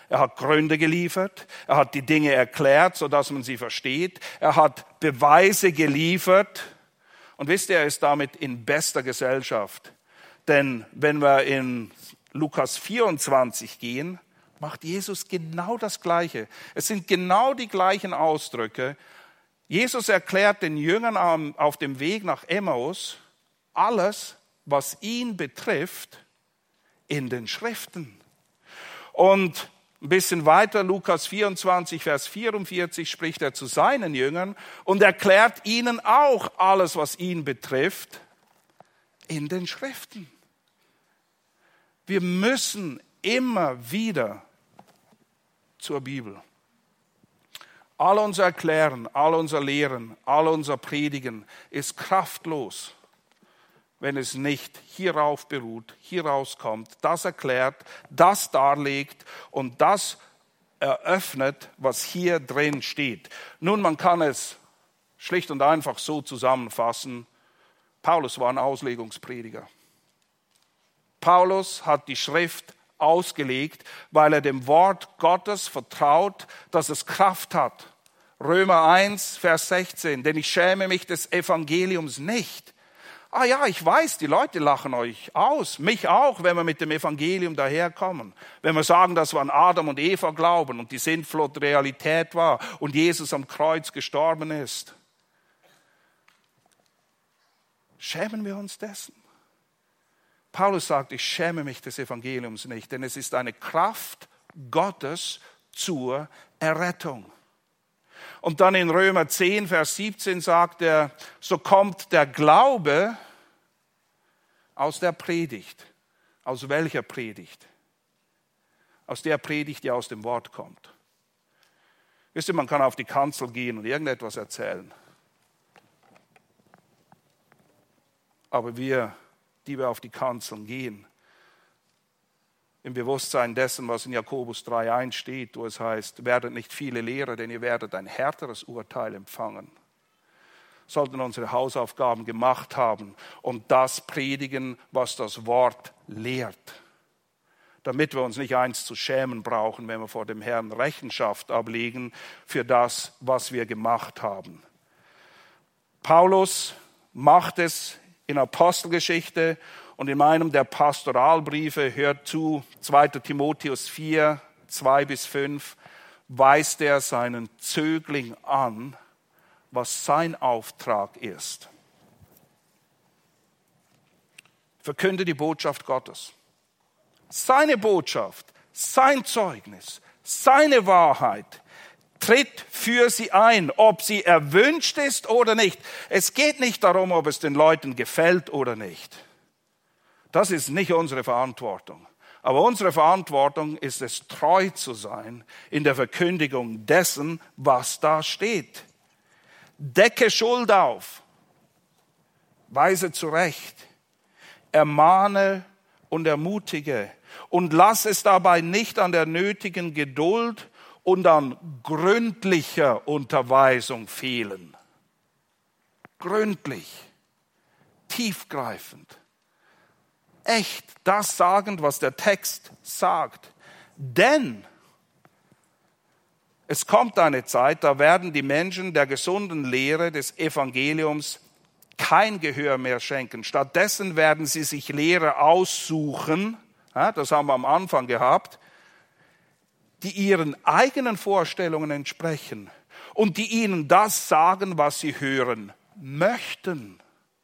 Er hat Gründe geliefert. Er hat die Dinge erklärt, sodass man sie versteht. Er hat Beweise geliefert. Und wisst ihr, er ist damit in bester Gesellschaft. Denn wenn wir in Lukas vierundzwanzig gehen, macht Jesus genau das Gleiche. Es sind genau die gleichen Ausdrücke. Jesus erklärt den Jüngern auf dem Weg nach Emmaus alles, was ihn betrifft, in den Schriften. Und ein bisschen weiter, Lukas vierundzwanzig, Vers vierundvierzig, spricht er zu seinen Jüngern und erklärt ihnen auch alles, was ihn betrifft, in den Schriften. Wir müssen immer wieder zur Bibel. All unser Erklären, all unser Lehren, all unser Predigen ist kraftlos, wenn es nicht hierauf beruht, hieraus kommt, das erklärt, das darlegt und das eröffnet, was hier drin steht. Nun, man kann es schlicht und einfach so zusammenfassen. Paulus war ein Auslegungsprediger. Paulus hat die Schrift ausgelegt, weil er dem Wort Gottes vertraut, dass es Kraft hat. Römer eins, Vers sechzehn, denn ich schäme mich des Evangeliums nicht. Ah ja, ich weiß, die Leute lachen euch aus, mich auch, wenn wir mit dem Evangelium daherkommen. Wenn wir sagen, dass wir an Adam und Eva glauben und die Sintflut Realität war und Jesus am Kreuz gestorben ist. Schämen wir uns dessen? Paulus sagt, ich schäme mich des Evangeliums nicht, denn es ist eine Kraft Gottes zur Errettung. Und dann in Römer zehn, Vers siebzehn sagt er, so kommt der Glaube aus der Predigt. Aus welcher Predigt? Aus der Predigt, die aus dem Wort kommt. Wisst ihr, man kann auf die Kanzel gehen und irgendetwas erzählen. Aber wir, die wir auf die Kanzeln gehen, im Bewusstsein dessen, was in Jakobus drei eins steht, wo es heißt, werdet nicht viele Lehrer, denn ihr werdet ein härteres Urteil empfangen. Sollten unsere Hausaufgaben gemacht haben und das predigen, was das Wort lehrt. Damit wir uns nicht eins zu schämen brauchen, wenn wir vor dem Herrn Rechenschaft ablegen für das, was wir gemacht haben. Paulus macht es in Apostelgeschichte und in einem der Pastoralbriefe, hört zu, zweiter Timotheus vier, zwei bis fünf, weist er seinen Zögling an, was sein Auftrag ist. Verkünde die Botschaft Gottes. Seine Botschaft, sein Zeugnis, seine Wahrheit. Tritt für sie ein, ob sie erwünscht ist oder nicht. Es geht nicht darum, ob es den Leuten gefällt oder nicht. Das ist nicht unsere Verantwortung. Aber unsere Verantwortung ist es, treu zu sein in der Verkündigung dessen, was da steht. Decke Schuld auf, weise zurecht, ermahne und ermutige und lass es dabei nicht an der nötigen Geduld und an gründlicher Unterweisung fehlen. Gründlich, tiefgreifend, echt das sagend, was der Text sagt. Denn es kommt eine Zeit, da werden die Menschen der gesunden Lehre des Evangeliums kein Gehör mehr schenken. Stattdessen werden sie sich Lehrer aussuchen, das haben wir am Anfang gehabt, die ihren eigenen Vorstellungen entsprechen und die ihnen das sagen, was sie hören möchten.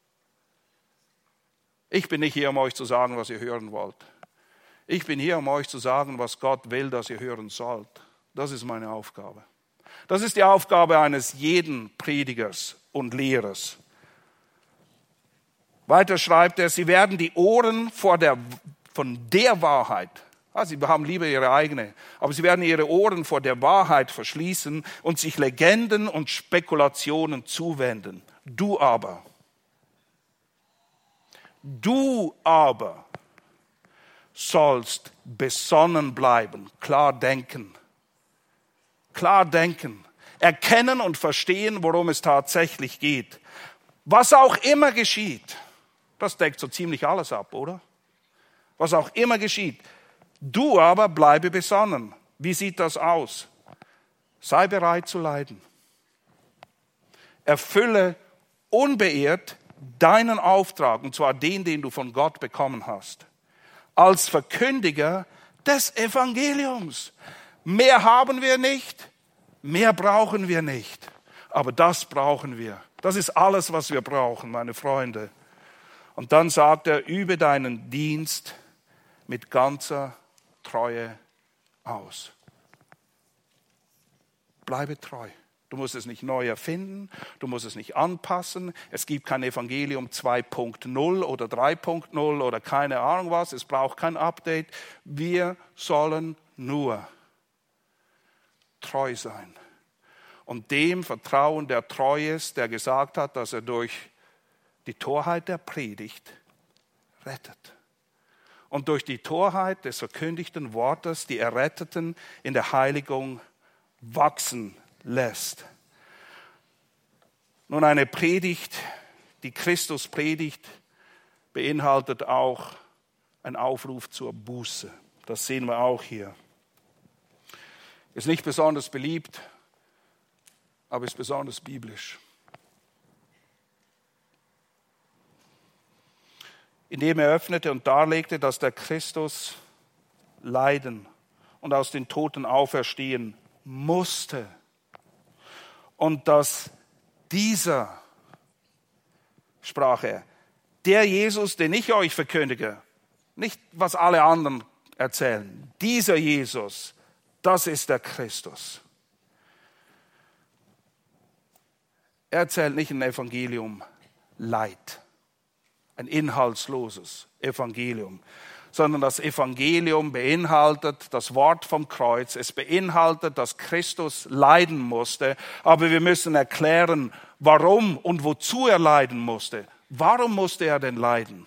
Ich bin nicht hier, um euch zu sagen, was ihr hören wollt. Ich bin hier, um euch zu sagen, was Gott will, dass ihr hören sollt. Das ist meine Aufgabe. Das ist die Aufgabe eines jeden Predigers und Lehrers. Weiter schreibt er, sie werden die Ohren vor der, von der Wahrheit, also sie haben lieber ihre eigene, aber sie werden ihre Ohren vor der Wahrheit verschließen und sich Legenden und Spekulationen zuwenden. Du aber, du aber sollst besonnen bleiben, klar denken. Klar denken, erkennen und verstehen, worum es tatsächlich geht. Was auch immer geschieht, das deckt so ziemlich alles ab, oder? Was auch immer geschieht. Du aber bleibe besonnen. Wie sieht das aus? Sei bereit zu leiden. Erfülle unbeirrt deinen Auftrag, und zwar den, den du von Gott bekommen hast, als Verkündiger des Evangeliums. Mehr haben wir nicht, mehr brauchen wir nicht, aber das brauchen wir. Das ist alles, was wir brauchen, meine Freunde. Und dann sagt er, übe deinen Dienst mit ganzer Treue aus. Bleibe treu. Du musst es nicht neu erfinden, du musst es nicht anpassen. Es gibt kein Evangelium zwei Punkt null oder drei Punkt null oder keine Ahnung was. Es braucht kein Update. Wir sollen nur treu sein und dem vertrauen, der treu ist, der gesagt hat, dass er durch die Torheit der Predigt rettet. Und durch die Torheit des verkündigten Wortes die Erretteten in der Heiligung wachsen lässt. Nun, eine Predigt, die Christus predigt, beinhaltet auch einen Aufruf zur Buße. Das sehen wir auch hier. Ist nicht besonders beliebt, aber ist besonders biblisch. Indem er öffnete und darlegte, dass der Christus leiden und aus den Toten auferstehen musste. Und dass dieser, sprach er, der Jesus, den ich euch verkündige, nicht was alle anderen erzählen, dieser Jesus, das ist der Christus. Er erzählt nicht ein Evangelium Leid, ein inhaltsloses Evangelium, sondern das Evangelium beinhaltet das Wort vom Kreuz. Es beinhaltet, dass Christus leiden musste, aber wir müssen erklären, warum und wozu er leiden musste. Warum musste er denn leiden?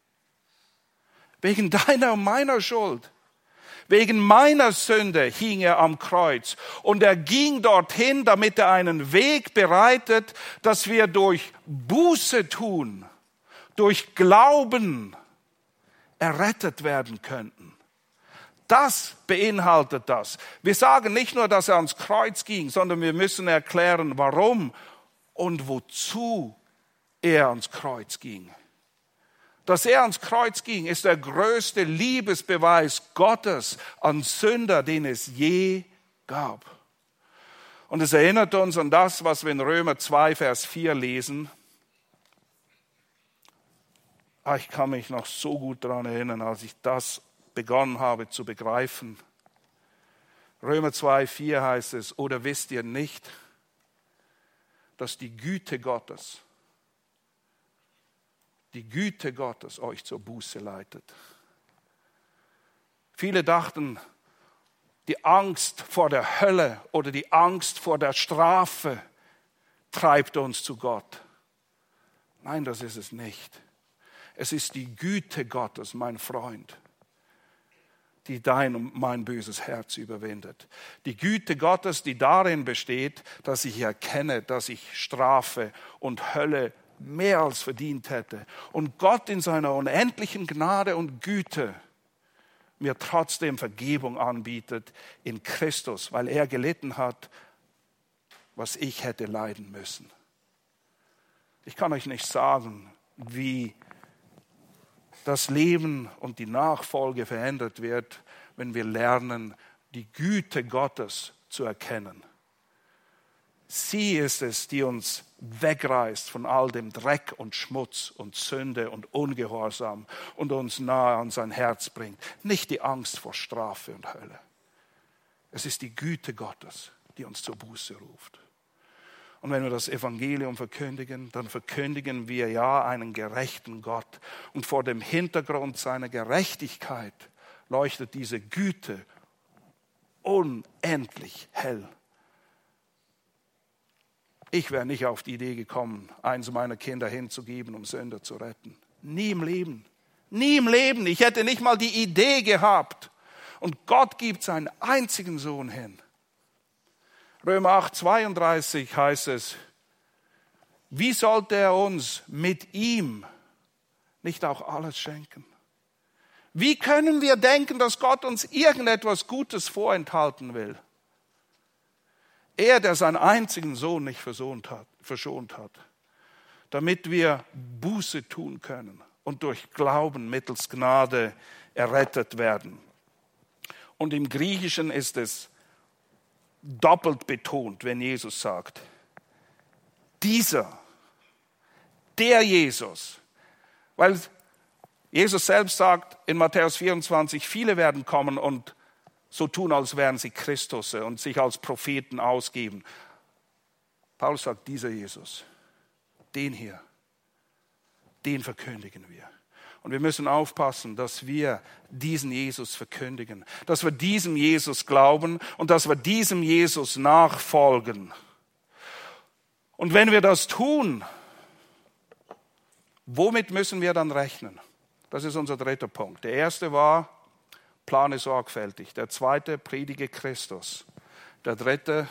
Wegen deiner und meiner Schuld. Wegen meiner Sünde hing er am Kreuz. Und er ging dorthin, damit er einen Weg bereitet, dass wir durch Buße tun, durch Glauben errettet werden könnten. Das beinhaltet das. Wir sagen nicht nur, dass er ans Kreuz ging, sondern wir müssen erklären, warum und wozu er ans Kreuz ging. Dass er ans Kreuz ging, ist der größte Liebesbeweis Gottes an Sünder, den es je gab. Und es erinnert uns an das, was wir in Römer zwei, Vers vier lesen. Ich kann mich noch so gut daran erinnern, als ich das begonnen habe zu begreifen. Römer zwei, vier heißt es, oder wisst ihr nicht, dass die Güte Gottes, die Güte Gottes euch zur Buße leitet. Viele dachten, die Angst vor der Hölle oder die Angst vor der Strafe treibt uns zu Gott. Nein, das ist es nicht. Es ist die Güte Gottes, mein Freund, die dein und mein böses Herz überwindet. Die Güte Gottes, die darin besteht, dass ich erkenne, dass ich Strafe und Hölle mehr als verdient hätte. Und Gott in seiner unendlichen Gnade und Güte mir trotzdem Vergebung anbietet in Christus, weil er gelitten hat, was ich hätte leiden müssen. Ich kann euch nicht sagen, wie das Leben und die Nachfolge verändert wird, wenn wir lernen, die Güte Gottes zu erkennen. Sie ist es, die uns wegreißt von all dem Dreck und Schmutz und Sünde und Ungehorsam und uns nahe an sein Herz bringt. Nicht die Angst vor Strafe und Hölle. Es ist die Güte Gottes, die uns zur Buße ruft. Und wenn wir das Evangelium verkündigen, dann verkündigen wir ja einen gerechten Gott. Und vor dem Hintergrund seiner Gerechtigkeit leuchtet diese Güte unendlich hell. Ich wäre nicht auf die Idee gekommen, eins meiner Kinder hinzugeben, um Sünder zu retten. Nie im Leben. Nie im Leben. Ich hätte nicht mal die Idee gehabt. Und Gott gibt seinen einzigen Sohn hin. Römer acht, zweiunddreißig heißt es, wie sollte er uns mit ihm nicht auch alles schenken? Wie können wir denken, dass Gott uns irgendetwas Gutes vorenthalten will? Er, der seinen einzigen Sohn nicht verschont hat, verschont hat, damit wir Buße tun können und durch Glauben mittels Gnade errettet werden. Und im Griechischen ist es doppelt betont, wenn Jesus sagt, dieser, der Jesus, weil Jesus selbst sagt in Matthäus vierundzwanzig, viele werden kommen und so tun, als wären sie Christus und sich als Propheten ausgeben. Paulus sagt, dieser Jesus, den hier, den verkündigen wir. Und wir müssen aufpassen, dass wir diesen Jesus verkündigen, dass wir diesem Jesus glauben und dass wir diesem Jesus nachfolgen. Und wenn wir das tun, womit müssen wir dann rechnen? Das ist unser dritter Punkt. Der erste war, plane sorgfältig. Der zweite, predige Christus. Der dritte,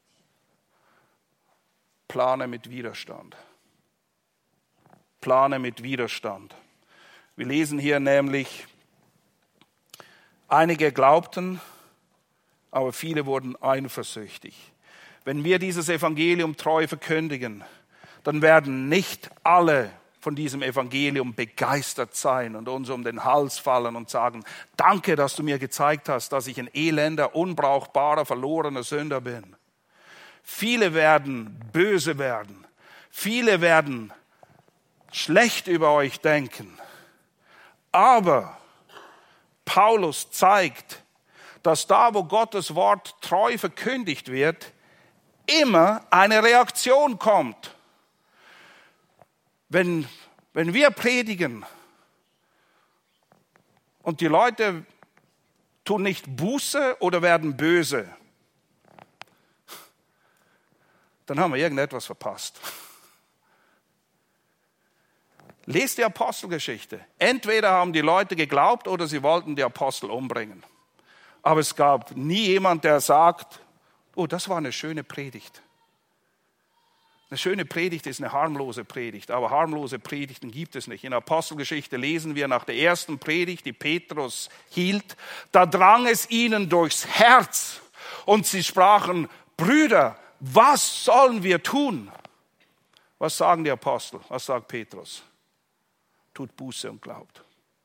plane mit Widerstand. Plane mit Widerstand. Wir lesen hier nämlich, einige glaubten, aber viele wurden eifersüchtig. Wenn wir dieses Evangelium treu verkündigen, dann werden nicht alle von diesem Evangelium begeistert sein und uns um den Hals fallen und sagen, danke, dass du mir gezeigt hast, dass ich ein elender, unbrauchbarer, verlorener Sünder bin. Viele werden böse werden. Viele werden schlecht über euch denken. Aber Paulus zeigt, dass da, wo Gottes Wort treu verkündigt wird, immer eine Reaktion kommt. Wenn, wenn wir predigen und die Leute tun nicht Buße oder werden böse, dann haben wir irgendetwas verpasst. Lest die Apostelgeschichte. Entweder haben die Leute geglaubt oder sie wollten die Apostel umbringen. Aber es gab nie jemand, der sagt, oh, das war eine schöne Predigt. Eine schöne Predigt ist eine harmlose Predigt, aber harmlose Predigten gibt es nicht. In der Apostelgeschichte lesen wir nach der ersten Predigt, die Petrus hielt, da drang es ihnen durchs Herz und sie sprachen, Brüder, was sollen wir tun? Was sagen die Apostel? Was sagt Petrus? Tut Buße und glaubt.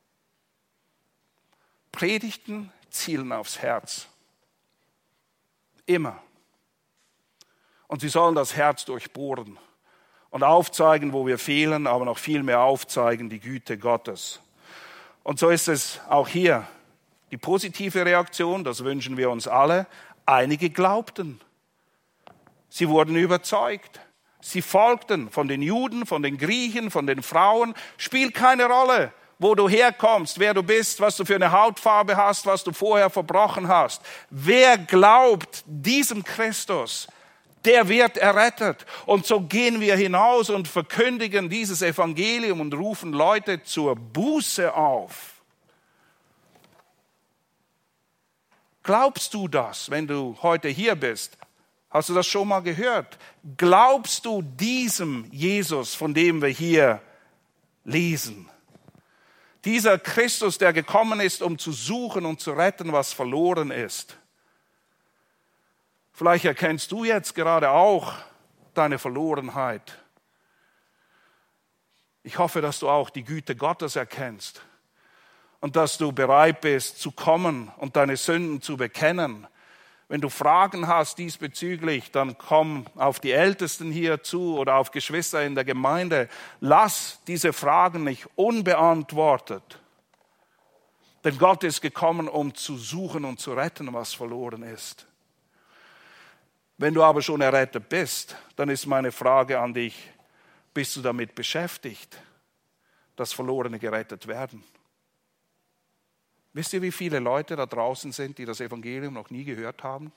Predigten zielen aufs Herz. Immer. Und sie sollen das Herz durchbohren und aufzeigen, wo wir fehlen, aber noch viel mehr aufzeigen, die Güte Gottes. Und so ist es auch hier. Die positive Reaktion, das wünschen wir uns alle. Einige glaubten. Sie wurden überzeugt. Sie folgten von den Juden, von den Griechen, von den Frauen. Spielt keine Rolle, wo du herkommst, wer du bist, was du für eine Hautfarbe hast, was du vorher verbrochen hast. Wer glaubt diesem Christus, der wird errettet. Und so gehen wir hinaus und verkündigen dieses Evangelium und rufen Leute zur Buße auf. Glaubst du das, wenn du heute hier bist? Hast du das schon mal gehört? Glaubst du diesem Jesus, von dem wir hier lesen? Dieser Christus, der gekommen ist, um zu suchen und zu retten, was verloren ist. Vielleicht erkennst du jetzt gerade auch deine Verlorenheit. Ich hoffe, dass du auch die Güte Gottes erkennst und dass du bereit bist, zu kommen und deine Sünden zu bekennen. Wenn du Fragen hast diesbezüglich, dann komm auf die Ältesten hier zu oder auf Geschwister in der Gemeinde. Lass diese Fragen nicht unbeantwortet. Denn Gott ist gekommen, um zu suchen und zu retten, was verloren ist. Wenn du aber schon errettet bist, dann ist meine Frage an dich, bist du damit beschäftigt, dass Verlorene gerettet werden? Wisst ihr, wie viele Leute da draußen sind, die das Evangelium noch nie gehört haben?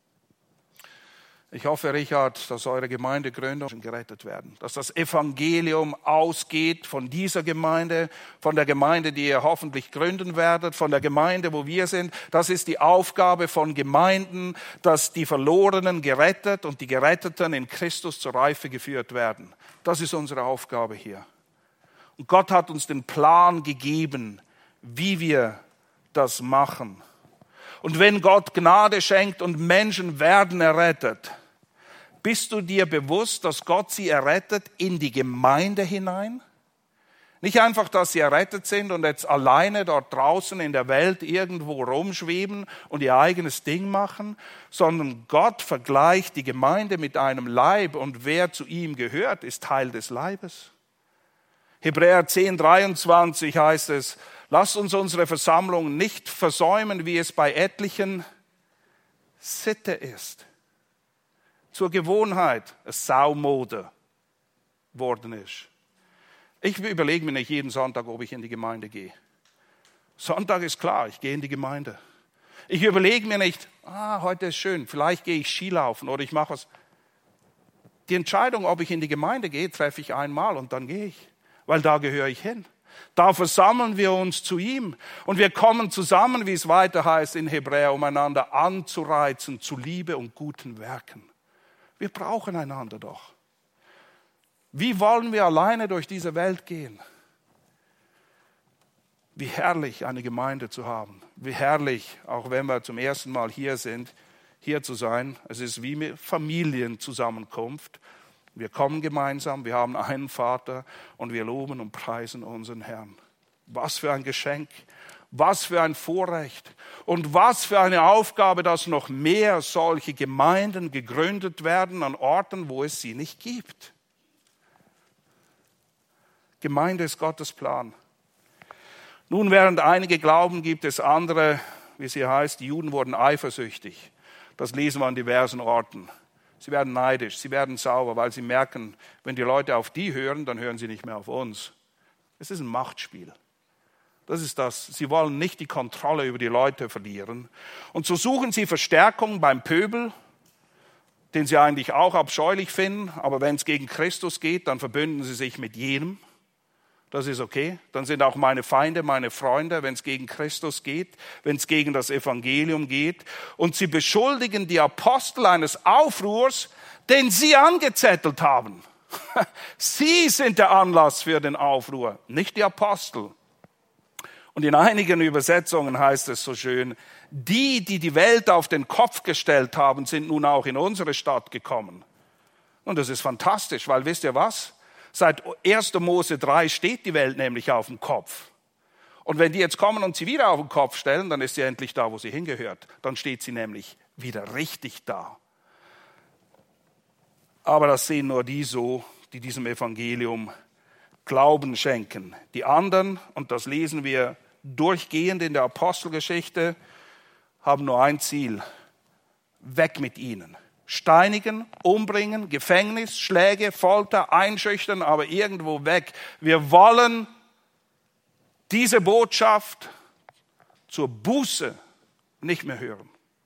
Ich hoffe, Richard, dass eure Gemeindegründungen gerettet werden. Dass das Evangelium ausgeht von dieser Gemeinde, von der Gemeinde, die ihr hoffentlich gründen werdet, von der Gemeinde, wo wir sind. Das ist die Aufgabe von Gemeinden, dass die Verlorenen gerettet und die Geretteten in Christus zur Reife geführt werden. Das ist unsere Aufgabe hier. Und Gott hat uns den Plan gegeben, wie wir das machen. Und wenn Gott Gnade schenkt und Menschen werden errettet, bist du dir bewusst, dass Gott sie errettet in die Gemeinde hinein? Nicht einfach, dass sie errettet sind und jetzt alleine dort draußen in der Welt irgendwo rumschweben und ihr eigenes Ding machen, sondern Gott vergleicht die Gemeinde mit einem Leib und wer zu ihm gehört, ist Teil des Leibes. Hebräer zehn, dreiundzwanzig heißt es, lasst uns unsere Versammlung nicht versäumen, wie es bei etlichen Sitte ist. Zur Gewohnheit, eine Saumode worden ist. Ich überlege mir nicht jeden Sonntag, ob ich in die Gemeinde gehe. Sonntag ist klar, ich gehe in die Gemeinde. Ich überlege mir nicht, ah, heute ist schön, vielleicht gehe ich Skilaufen oder ich mache was. Die Entscheidung, ob ich in die Gemeinde gehe, treffe ich einmal und dann gehe ich, weil da gehöre ich hin. Da versammeln wir uns zu ihm und wir kommen zusammen, wie es weiter heißt in Hebräer, um einander anzureizen zu Liebe und guten Werken. Wir brauchen einander doch. Wie wollen wir alleine durch diese Welt gehen? Wie herrlich, eine Gemeinde zu haben. Wie herrlich, auch wenn wir zum ersten Mal hier sind, hier zu sein. Es ist wie eine Familienzusammenkunft. Wir kommen gemeinsam, wir haben einen Vater und wir loben und preisen unseren Herrn. Was für ein Geschenk, was für ein Vorrecht und was für eine Aufgabe, dass noch mehr solche Gemeinden gegründet werden an Orten, wo es sie nicht gibt. Gemeinde ist Gottes Plan. Nun, während einige glauben, gibt es andere, wie es hier heißt, die Juden wurden eifersüchtig. Das lesen wir an diversen Orten. Sie werden neidisch, sie werden sauer, weil sie merken, wenn die Leute auf die hören, dann hören sie nicht mehr auf uns. Es ist ein Machtspiel. Das ist das. Sie wollen nicht die Kontrolle über die Leute verlieren. Und so suchen sie Verstärkung beim Pöbel, den sie eigentlich auch abscheulich finden. Aber wenn es gegen Christus geht, dann verbünden sie sich mit jenem. Das ist okay. Dann sind auch meine Feinde meine Freunde, wenn es gegen Christus geht, wenn es gegen das Evangelium geht. Und sie beschuldigen die Apostel eines Aufruhrs, den sie angezettelt haben. Sie sind der Anlass für den Aufruhr, nicht die Apostel. Und in einigen Übersetzungen heißt es so schön, die, die die Welt auf den Kopf gestellt haben, sind nun auch in unsere Stadt gekommen. Und das ist fantastisch, weil wisst ihr was? Seit erster Mose drei steht die Welt nämlich auf dem Kopf. Und wenn die jetzt kommen und sie wieder auf den Kopf stellen, dann ist sie endlich da, wo sie hingehört. Dann steht sie nämlich wieder richtig da. Aber das sehen nur die so, die diesem Evangelium Glauben schenken. Die anderen, und das lesen wir durchgehend in der Apostelgeschichte, haben nur ein Ziel. Weg mit ihnen. Steinigen, umbringen, Gefängnis, Schläge, Folter, einschüchtern, aber irgendwo weg. Wir wollen diese Botschaft zur Buße nicht mehr hören.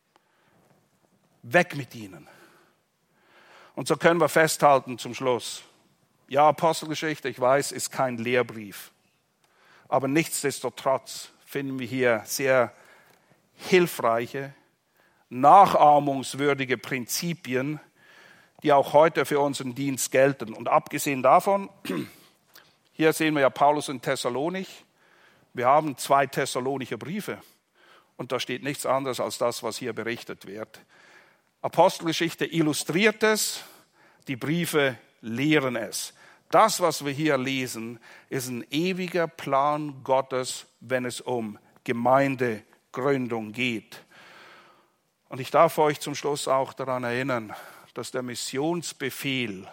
Weg mit ihnen. Und so können wir festhalten zum Schluss. Ja, Apostelgeschichte, ich weiß, ist kein Lehrbrief. Aber nichtsdestotrotz finden wir hier sehr hilfreiche, nachahmungswürdige Prinzipien, die auch heute für unseren Dienst gelten. Und abgesehen davon, hier sehen wir ja Paulus in Thessalonik. Wir haben zwei Thessalonicher Briefe. Und da steht nichts anderes als das, was hier berichtet wird. Apostelgeschichte illustriert es, die Briefe lehren es. Das, was wir hier lesen, ist ein ewiger Plan Gottes, wenn es um Gemeindegründung geht. Und ich darf euch zum Schluss auch daran erinnern, dass der Missionsbefehl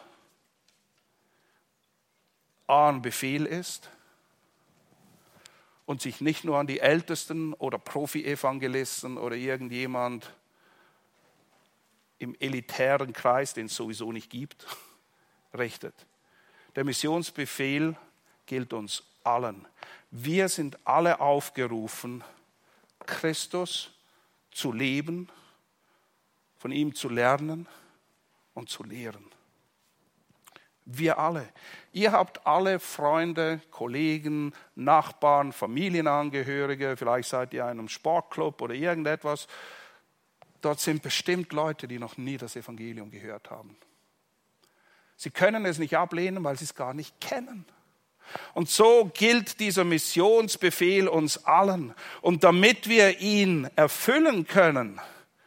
A, ein Befehl ist und sich nicht nur an die Ältesten oder Profi-Evangelisten oder irgendjemand im elitären Kreis, den es sowieso nicht gibt, richtet. Der Missionsbefehl gilt uns allen. Wir sind alle aufgerufen, Christus zu leben, von ihm zu lernen und zu lehren. Wir alle. Ihr habt alle Freunde, Kollegen, Nachbarn, Familienangehörige, vielleicht seid ihr in einem Sportclub oder irgendetwas. Dort sind bestimmt Leute, die noch nie das Evangelium gehört haben. Sie können es nicht ablehnen, weil sie es gar nicht kennen. Und so gilt dieser Missionsbefehl uns allen. Und damit wir ihn erfüllen können,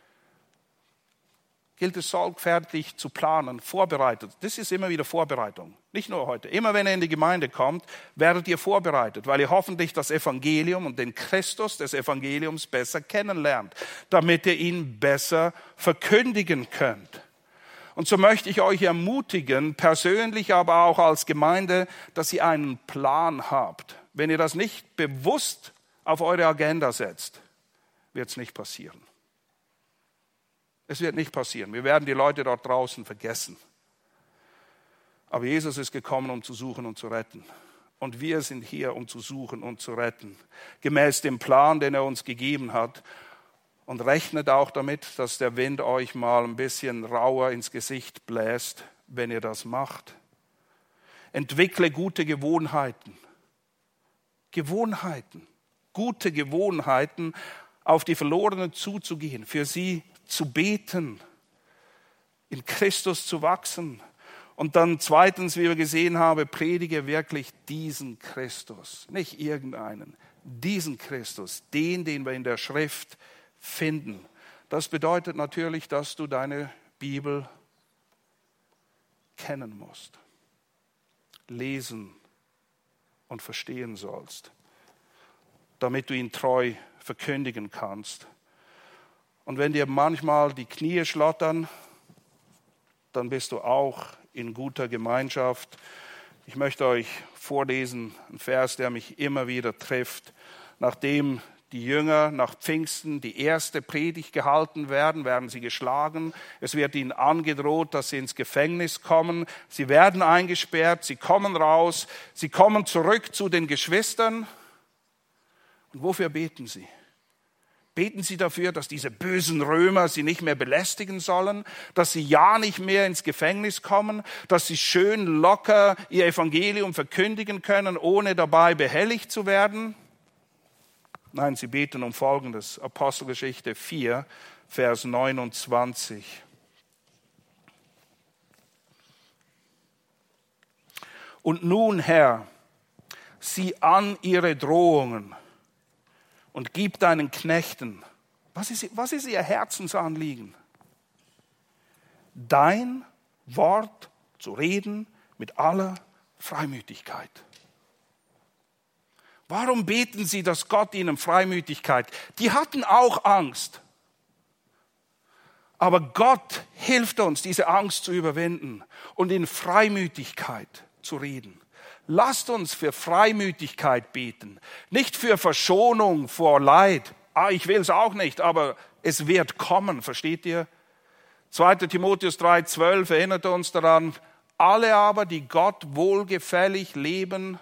gilt es sorgfältig zu planen, vorbereitet. Das ist immer wieder Vorbereitung, nicht nur heute. Immer wenn ihr in die Gemeinde kommt, werdet ihr vorbereitet, weil ihr hoffentlich das Evangelium und den Christus des Evangeliums besser kennenlernt, damit ihr ihn besser verkündigen könnt. Und so möchte ich euch ermutigen, persönlich, aber auch als Gemeinde, dass ihr einen Plan habt. Wenn ihr das nicht bewusst auf eure Agenda setzt, wird es nicht passieren. Es wird nicht passieren. Wir werden die Leute dort draußen vergessen. Aber Jesus ist gekommen, um zu suchen und zu retten. Und wir sind hier, um zu suchen und zu retten. Gemäß dem Plan, den er uns gegeben hat. Und rechnet auch damit, dass der Wind euch mal ein bisschen rauer ins Gesicht bläst, wenn ihr das macht. Entwickle gute Gewohnheiten. Gewohnheiten. Gute Gewohnheiten, auf die Verlorenen zuzugehen, für sie zu beten, in Christus zu wachsen. Und dann zweitens, wie wir gesehen haben, predige wirklich diesen Christus, nicht irgendeinen, diesen Christus, den, den wir in der Schrift finden. Das bedeutet natürlich, dass du deine Bibel kennen musst, lesen und verstehen sollst, damit du ihn treu verkündigen kannst. Und wenn dir manchmal die Knie schlottern, dann bist du auch in guter Gemeinschaft. Ich möchte euch vorlesen, einen Vers, der mich immer wieder trifft. Nachdem die Jünger nach Pfingsten die erste Predigt gehalten werden, werden sie geschlagen. Es wird ihnen angedroht, dass sie ins Gefängnis kommen. Sie werden eingesperrt, sie kommen raus, sie kommen zurück zu den Geschwistern. Und wofür beten sie? Beten sie dafür, dass diese bösen Römer sie nicht mehr belästigen sollen, dass sie ja nicht mehr ins Gefängnis kommen, dass sie schön locker ihr Evangelium verkündigen können, ohne dabei behelligt zu werden? Nein, sie beten um Folgendes. Apostelgeschichte vier, Vers neunundzwanzig. Und nun, Herr, sieh an ihre Drohungen und gib deinen Knechten, was ist, was ist ihr Herzensanliegen? Dein Wort zu reden mit aller Freimütigkeit. Warum beten sie, dass Gott ihnen Freimütigkeit? Die hatten auch Angst. Aber Gott hilft uns, diese Angst zu überwinden und in Freimütigkeit zu reden. Lasst uns für Freimütigkeit beten, nicht für Verschonung vor Leid. Ah, ich will es auch nicht, aber es wird kommen, versteht ihr? zweiter Timotheus drei, zwölf erinnert uns daran, alle aber, die Gott wohlgefällig leben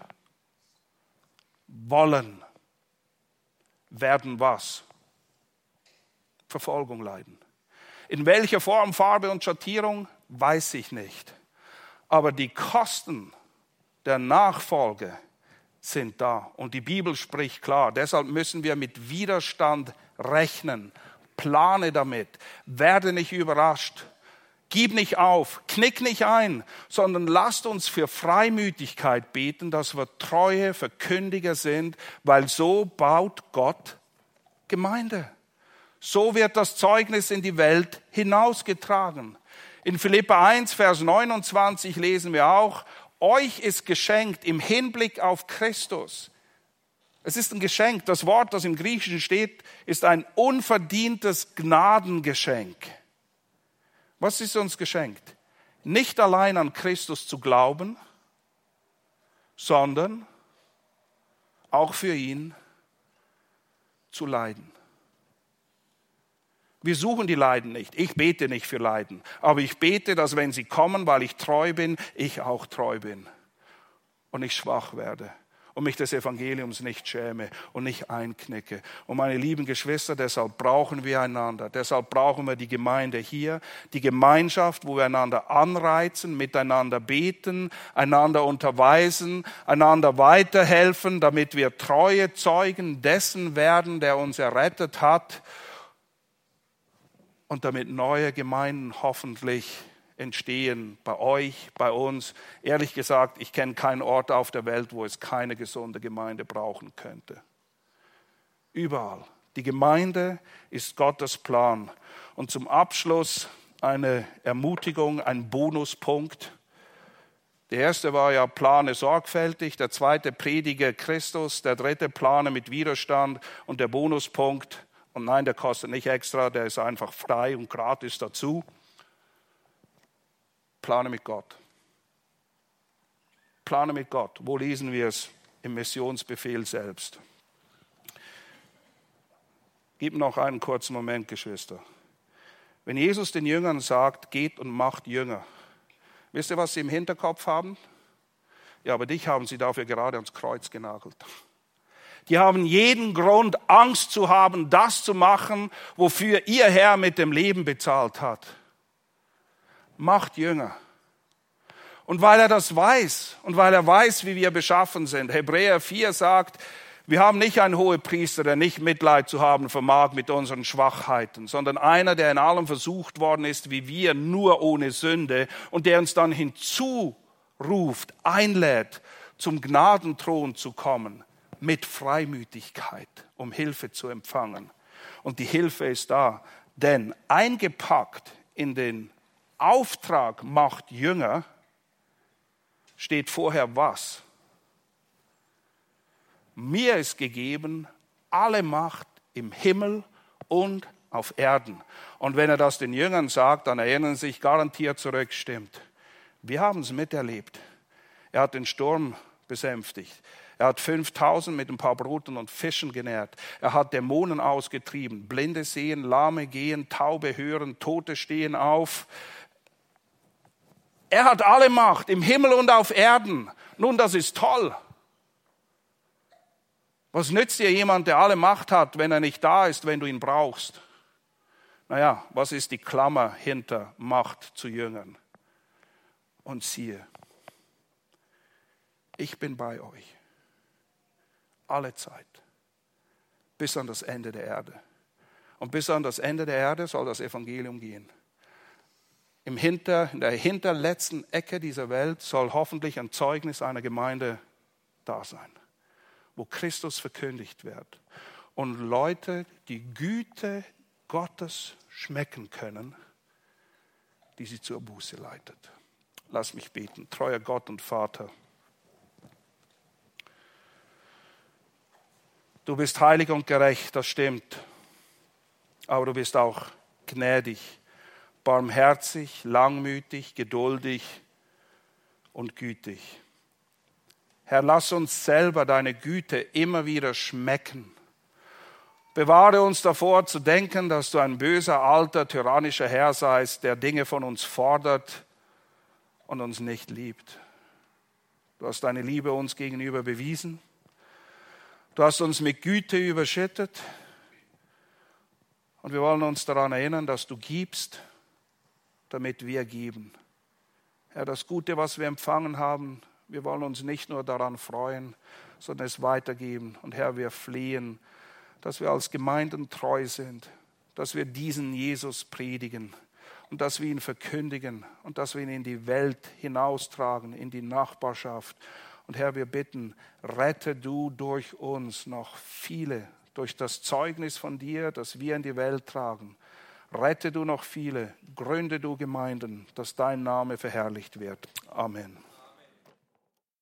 wollen, werden was? Verfolgung leiden. In welcher Form, Farbe und Schattierung, weiß ich nicht. Aber die Kosten der Nachfolge sind da. Und die Bibel spricht klar. Deshalb müssen wir mit Widerstand rechnen. Plane damit. Werde nicht überrascht. Gib nicht auf. Knick nicht ein. Sondern lasst uns für Freimütigkeit beten, dass wir treue Verkündiger sind, weil so baut Gott Gemeinde. So wird das Zeugnis in die Welt hinausgetragen. In Philipper eins, Vers neunundzwanzig lesen wir auch, euch ist geschenkt im Hinblick auf Christus. Es ist ein Geschenk. Das Wort, das im Griechischen steht, ist ein unverdientes Gnadengeschenk. Was ist uns geschenkt? Nicht allein an Christus zu glauben, sondern auch für ihn zu leiden. Wir suchen die Leiden nicht. Ich bete nicht für Leiden. Aber ich bete, dass wenn sie kommen, weil ich treu bin, ich auch treu bin. Und nicht schwach werde. Und mich des Evangeliums nicht schäme und nicht einknicke. Und meine lieben Geschwister, deshalb brauchen wir einander. Deshalb brauchen wir die Gemeinde hier. Die Gemeinschaft, wo wir einander anreizen, miteinander beten, einander unterweisen, einander weiterhelfen, damit wir treue Zeugen dessen werden, der uns errettet hat. Und damit neue Gemeinden hoffentlich entstehen bei euch, bei uns. Ehrlich gesagt, ich kenne keinen Ort auf der Welt, wo es keine gesunde Gemeinde brauchen könnte. Überall. Die Gemeinde ist Gottes Plan. Und zum Abschluss eine Ermutigung, ein Bonuspunkt. Der erste war ja, plane sorgfältig, der zweite, predige Christus, der dritte, plane mit Widerstand und der Bonuspunkt, und nein, der kostet nicht extra, der ist einfach frei und gratis dazu, plane mit Gott. Plane mit Gott. Wo lesen wir es? Im Missionsbefehl selbst. Gib noch einen kurzen Moment, Geschwister. Wenn Jesus den Jüngern sagt, geht und macht Jünger, wisst ihr, was sie im Hinterkopf haben? Ja, aber dich haben sie dafür gerade ans Kreuz genagelt. Die haben jeden Grund, Angst zu haben, das zu machen, wofür ihr Herr mit dem Leben bezahlt hat. Macht Jünger. Und weil er das weiß und weil er weiß, wie wir beschaffen sind, Hebräer vier sagt, wir haben nicht einen Hohepriester, der nicht Mitleid zu haben vermag mit unseren Schwachheiten, sondern einer, der in allem versucht worden ist, wie wir, nur ohne Sünde, und der uns dann hinzuruft, einlädt, zum Gnadenthron zu kommen, mit Freimütigkeit, um Hilfe zu empfangen. Und die Hilfe ist da, denn eingepackt in den Auftrag macht Jünger, steht vorher was? Mir ist gegeben alle Macht im Himmel und auf Erden. Und wenn er das den Jüngern sagt, dann erinnern sie sich garantiert zurück, stimmt. Wir haben es miterlebt. Er hat den Sturm besänftigt. Er hat fünftausend mit ein paar Broten und Fischen genährt. Er hat Dämonen ausgetrieben. Blinde sehen, Lahme gehen, Taube hören, Tote stehen auf. Er hat alle Macht im Himmel und auf Erden. Nun, das ist toll. Was nützt dir jemand, der alle Macht hat, wenn er nicht da ist, wenn du ihn brauchst? Naja, was ist die Klammer hinter Macht zu Jüngern? Und siehe, ich bin bei euch, alle Zeit, bis an das Ende der Erde. Und bis an das Ende der Erde soll das Evangelium gehen. Im Hinter, in der hinterletzten Ecke dieser Welt soll hoffentlich ein Zeugnis einer Gemeinde da sein, wo Christus verkündigt wird und Leute die Güte Gottes schmecken können, die sie zur Buße leitet. Lass mich beten. Treuer Gott und Vater, du bist heilig und gerecht, das stimmt, aber du bist auch gnädig, barmherzig, langmütig, geduldig und gütig. Herr, lass uns selber deine Güte immer wieder schmecken. Bewahre uns davor zu denken, dass du ein böser, alter, tyrannischer Herr seist, der Dinge von uns fordert und uns nicht liebt. Du hast deine Liebe uns gegenüber bewiesen. Du hast uns mit Güte überschüttet. Und wir wollen uns daran erinnern, dass du gibst, damit wir geben. Herr, das Gute, was wir empfangen haben, wir wollen uns nicht nur daran freuen, sondern es weitergeben. Und Herr, wir flehen, dass wir als Gemeinden treu sind, dass wir diesen Jesus predigen und dass wir ihn verkündigen und dass wir ihn in die Welt hinaustragen, in die Nachbarschaft. Und Herr, wir bitten, rette du durch uns noch viele, durch das Zeugnis von dir, das wir in die Welt tragen. Rette du noch viele, gründe du Gemeinden, dass dein Name verherrlicht wird. Amen.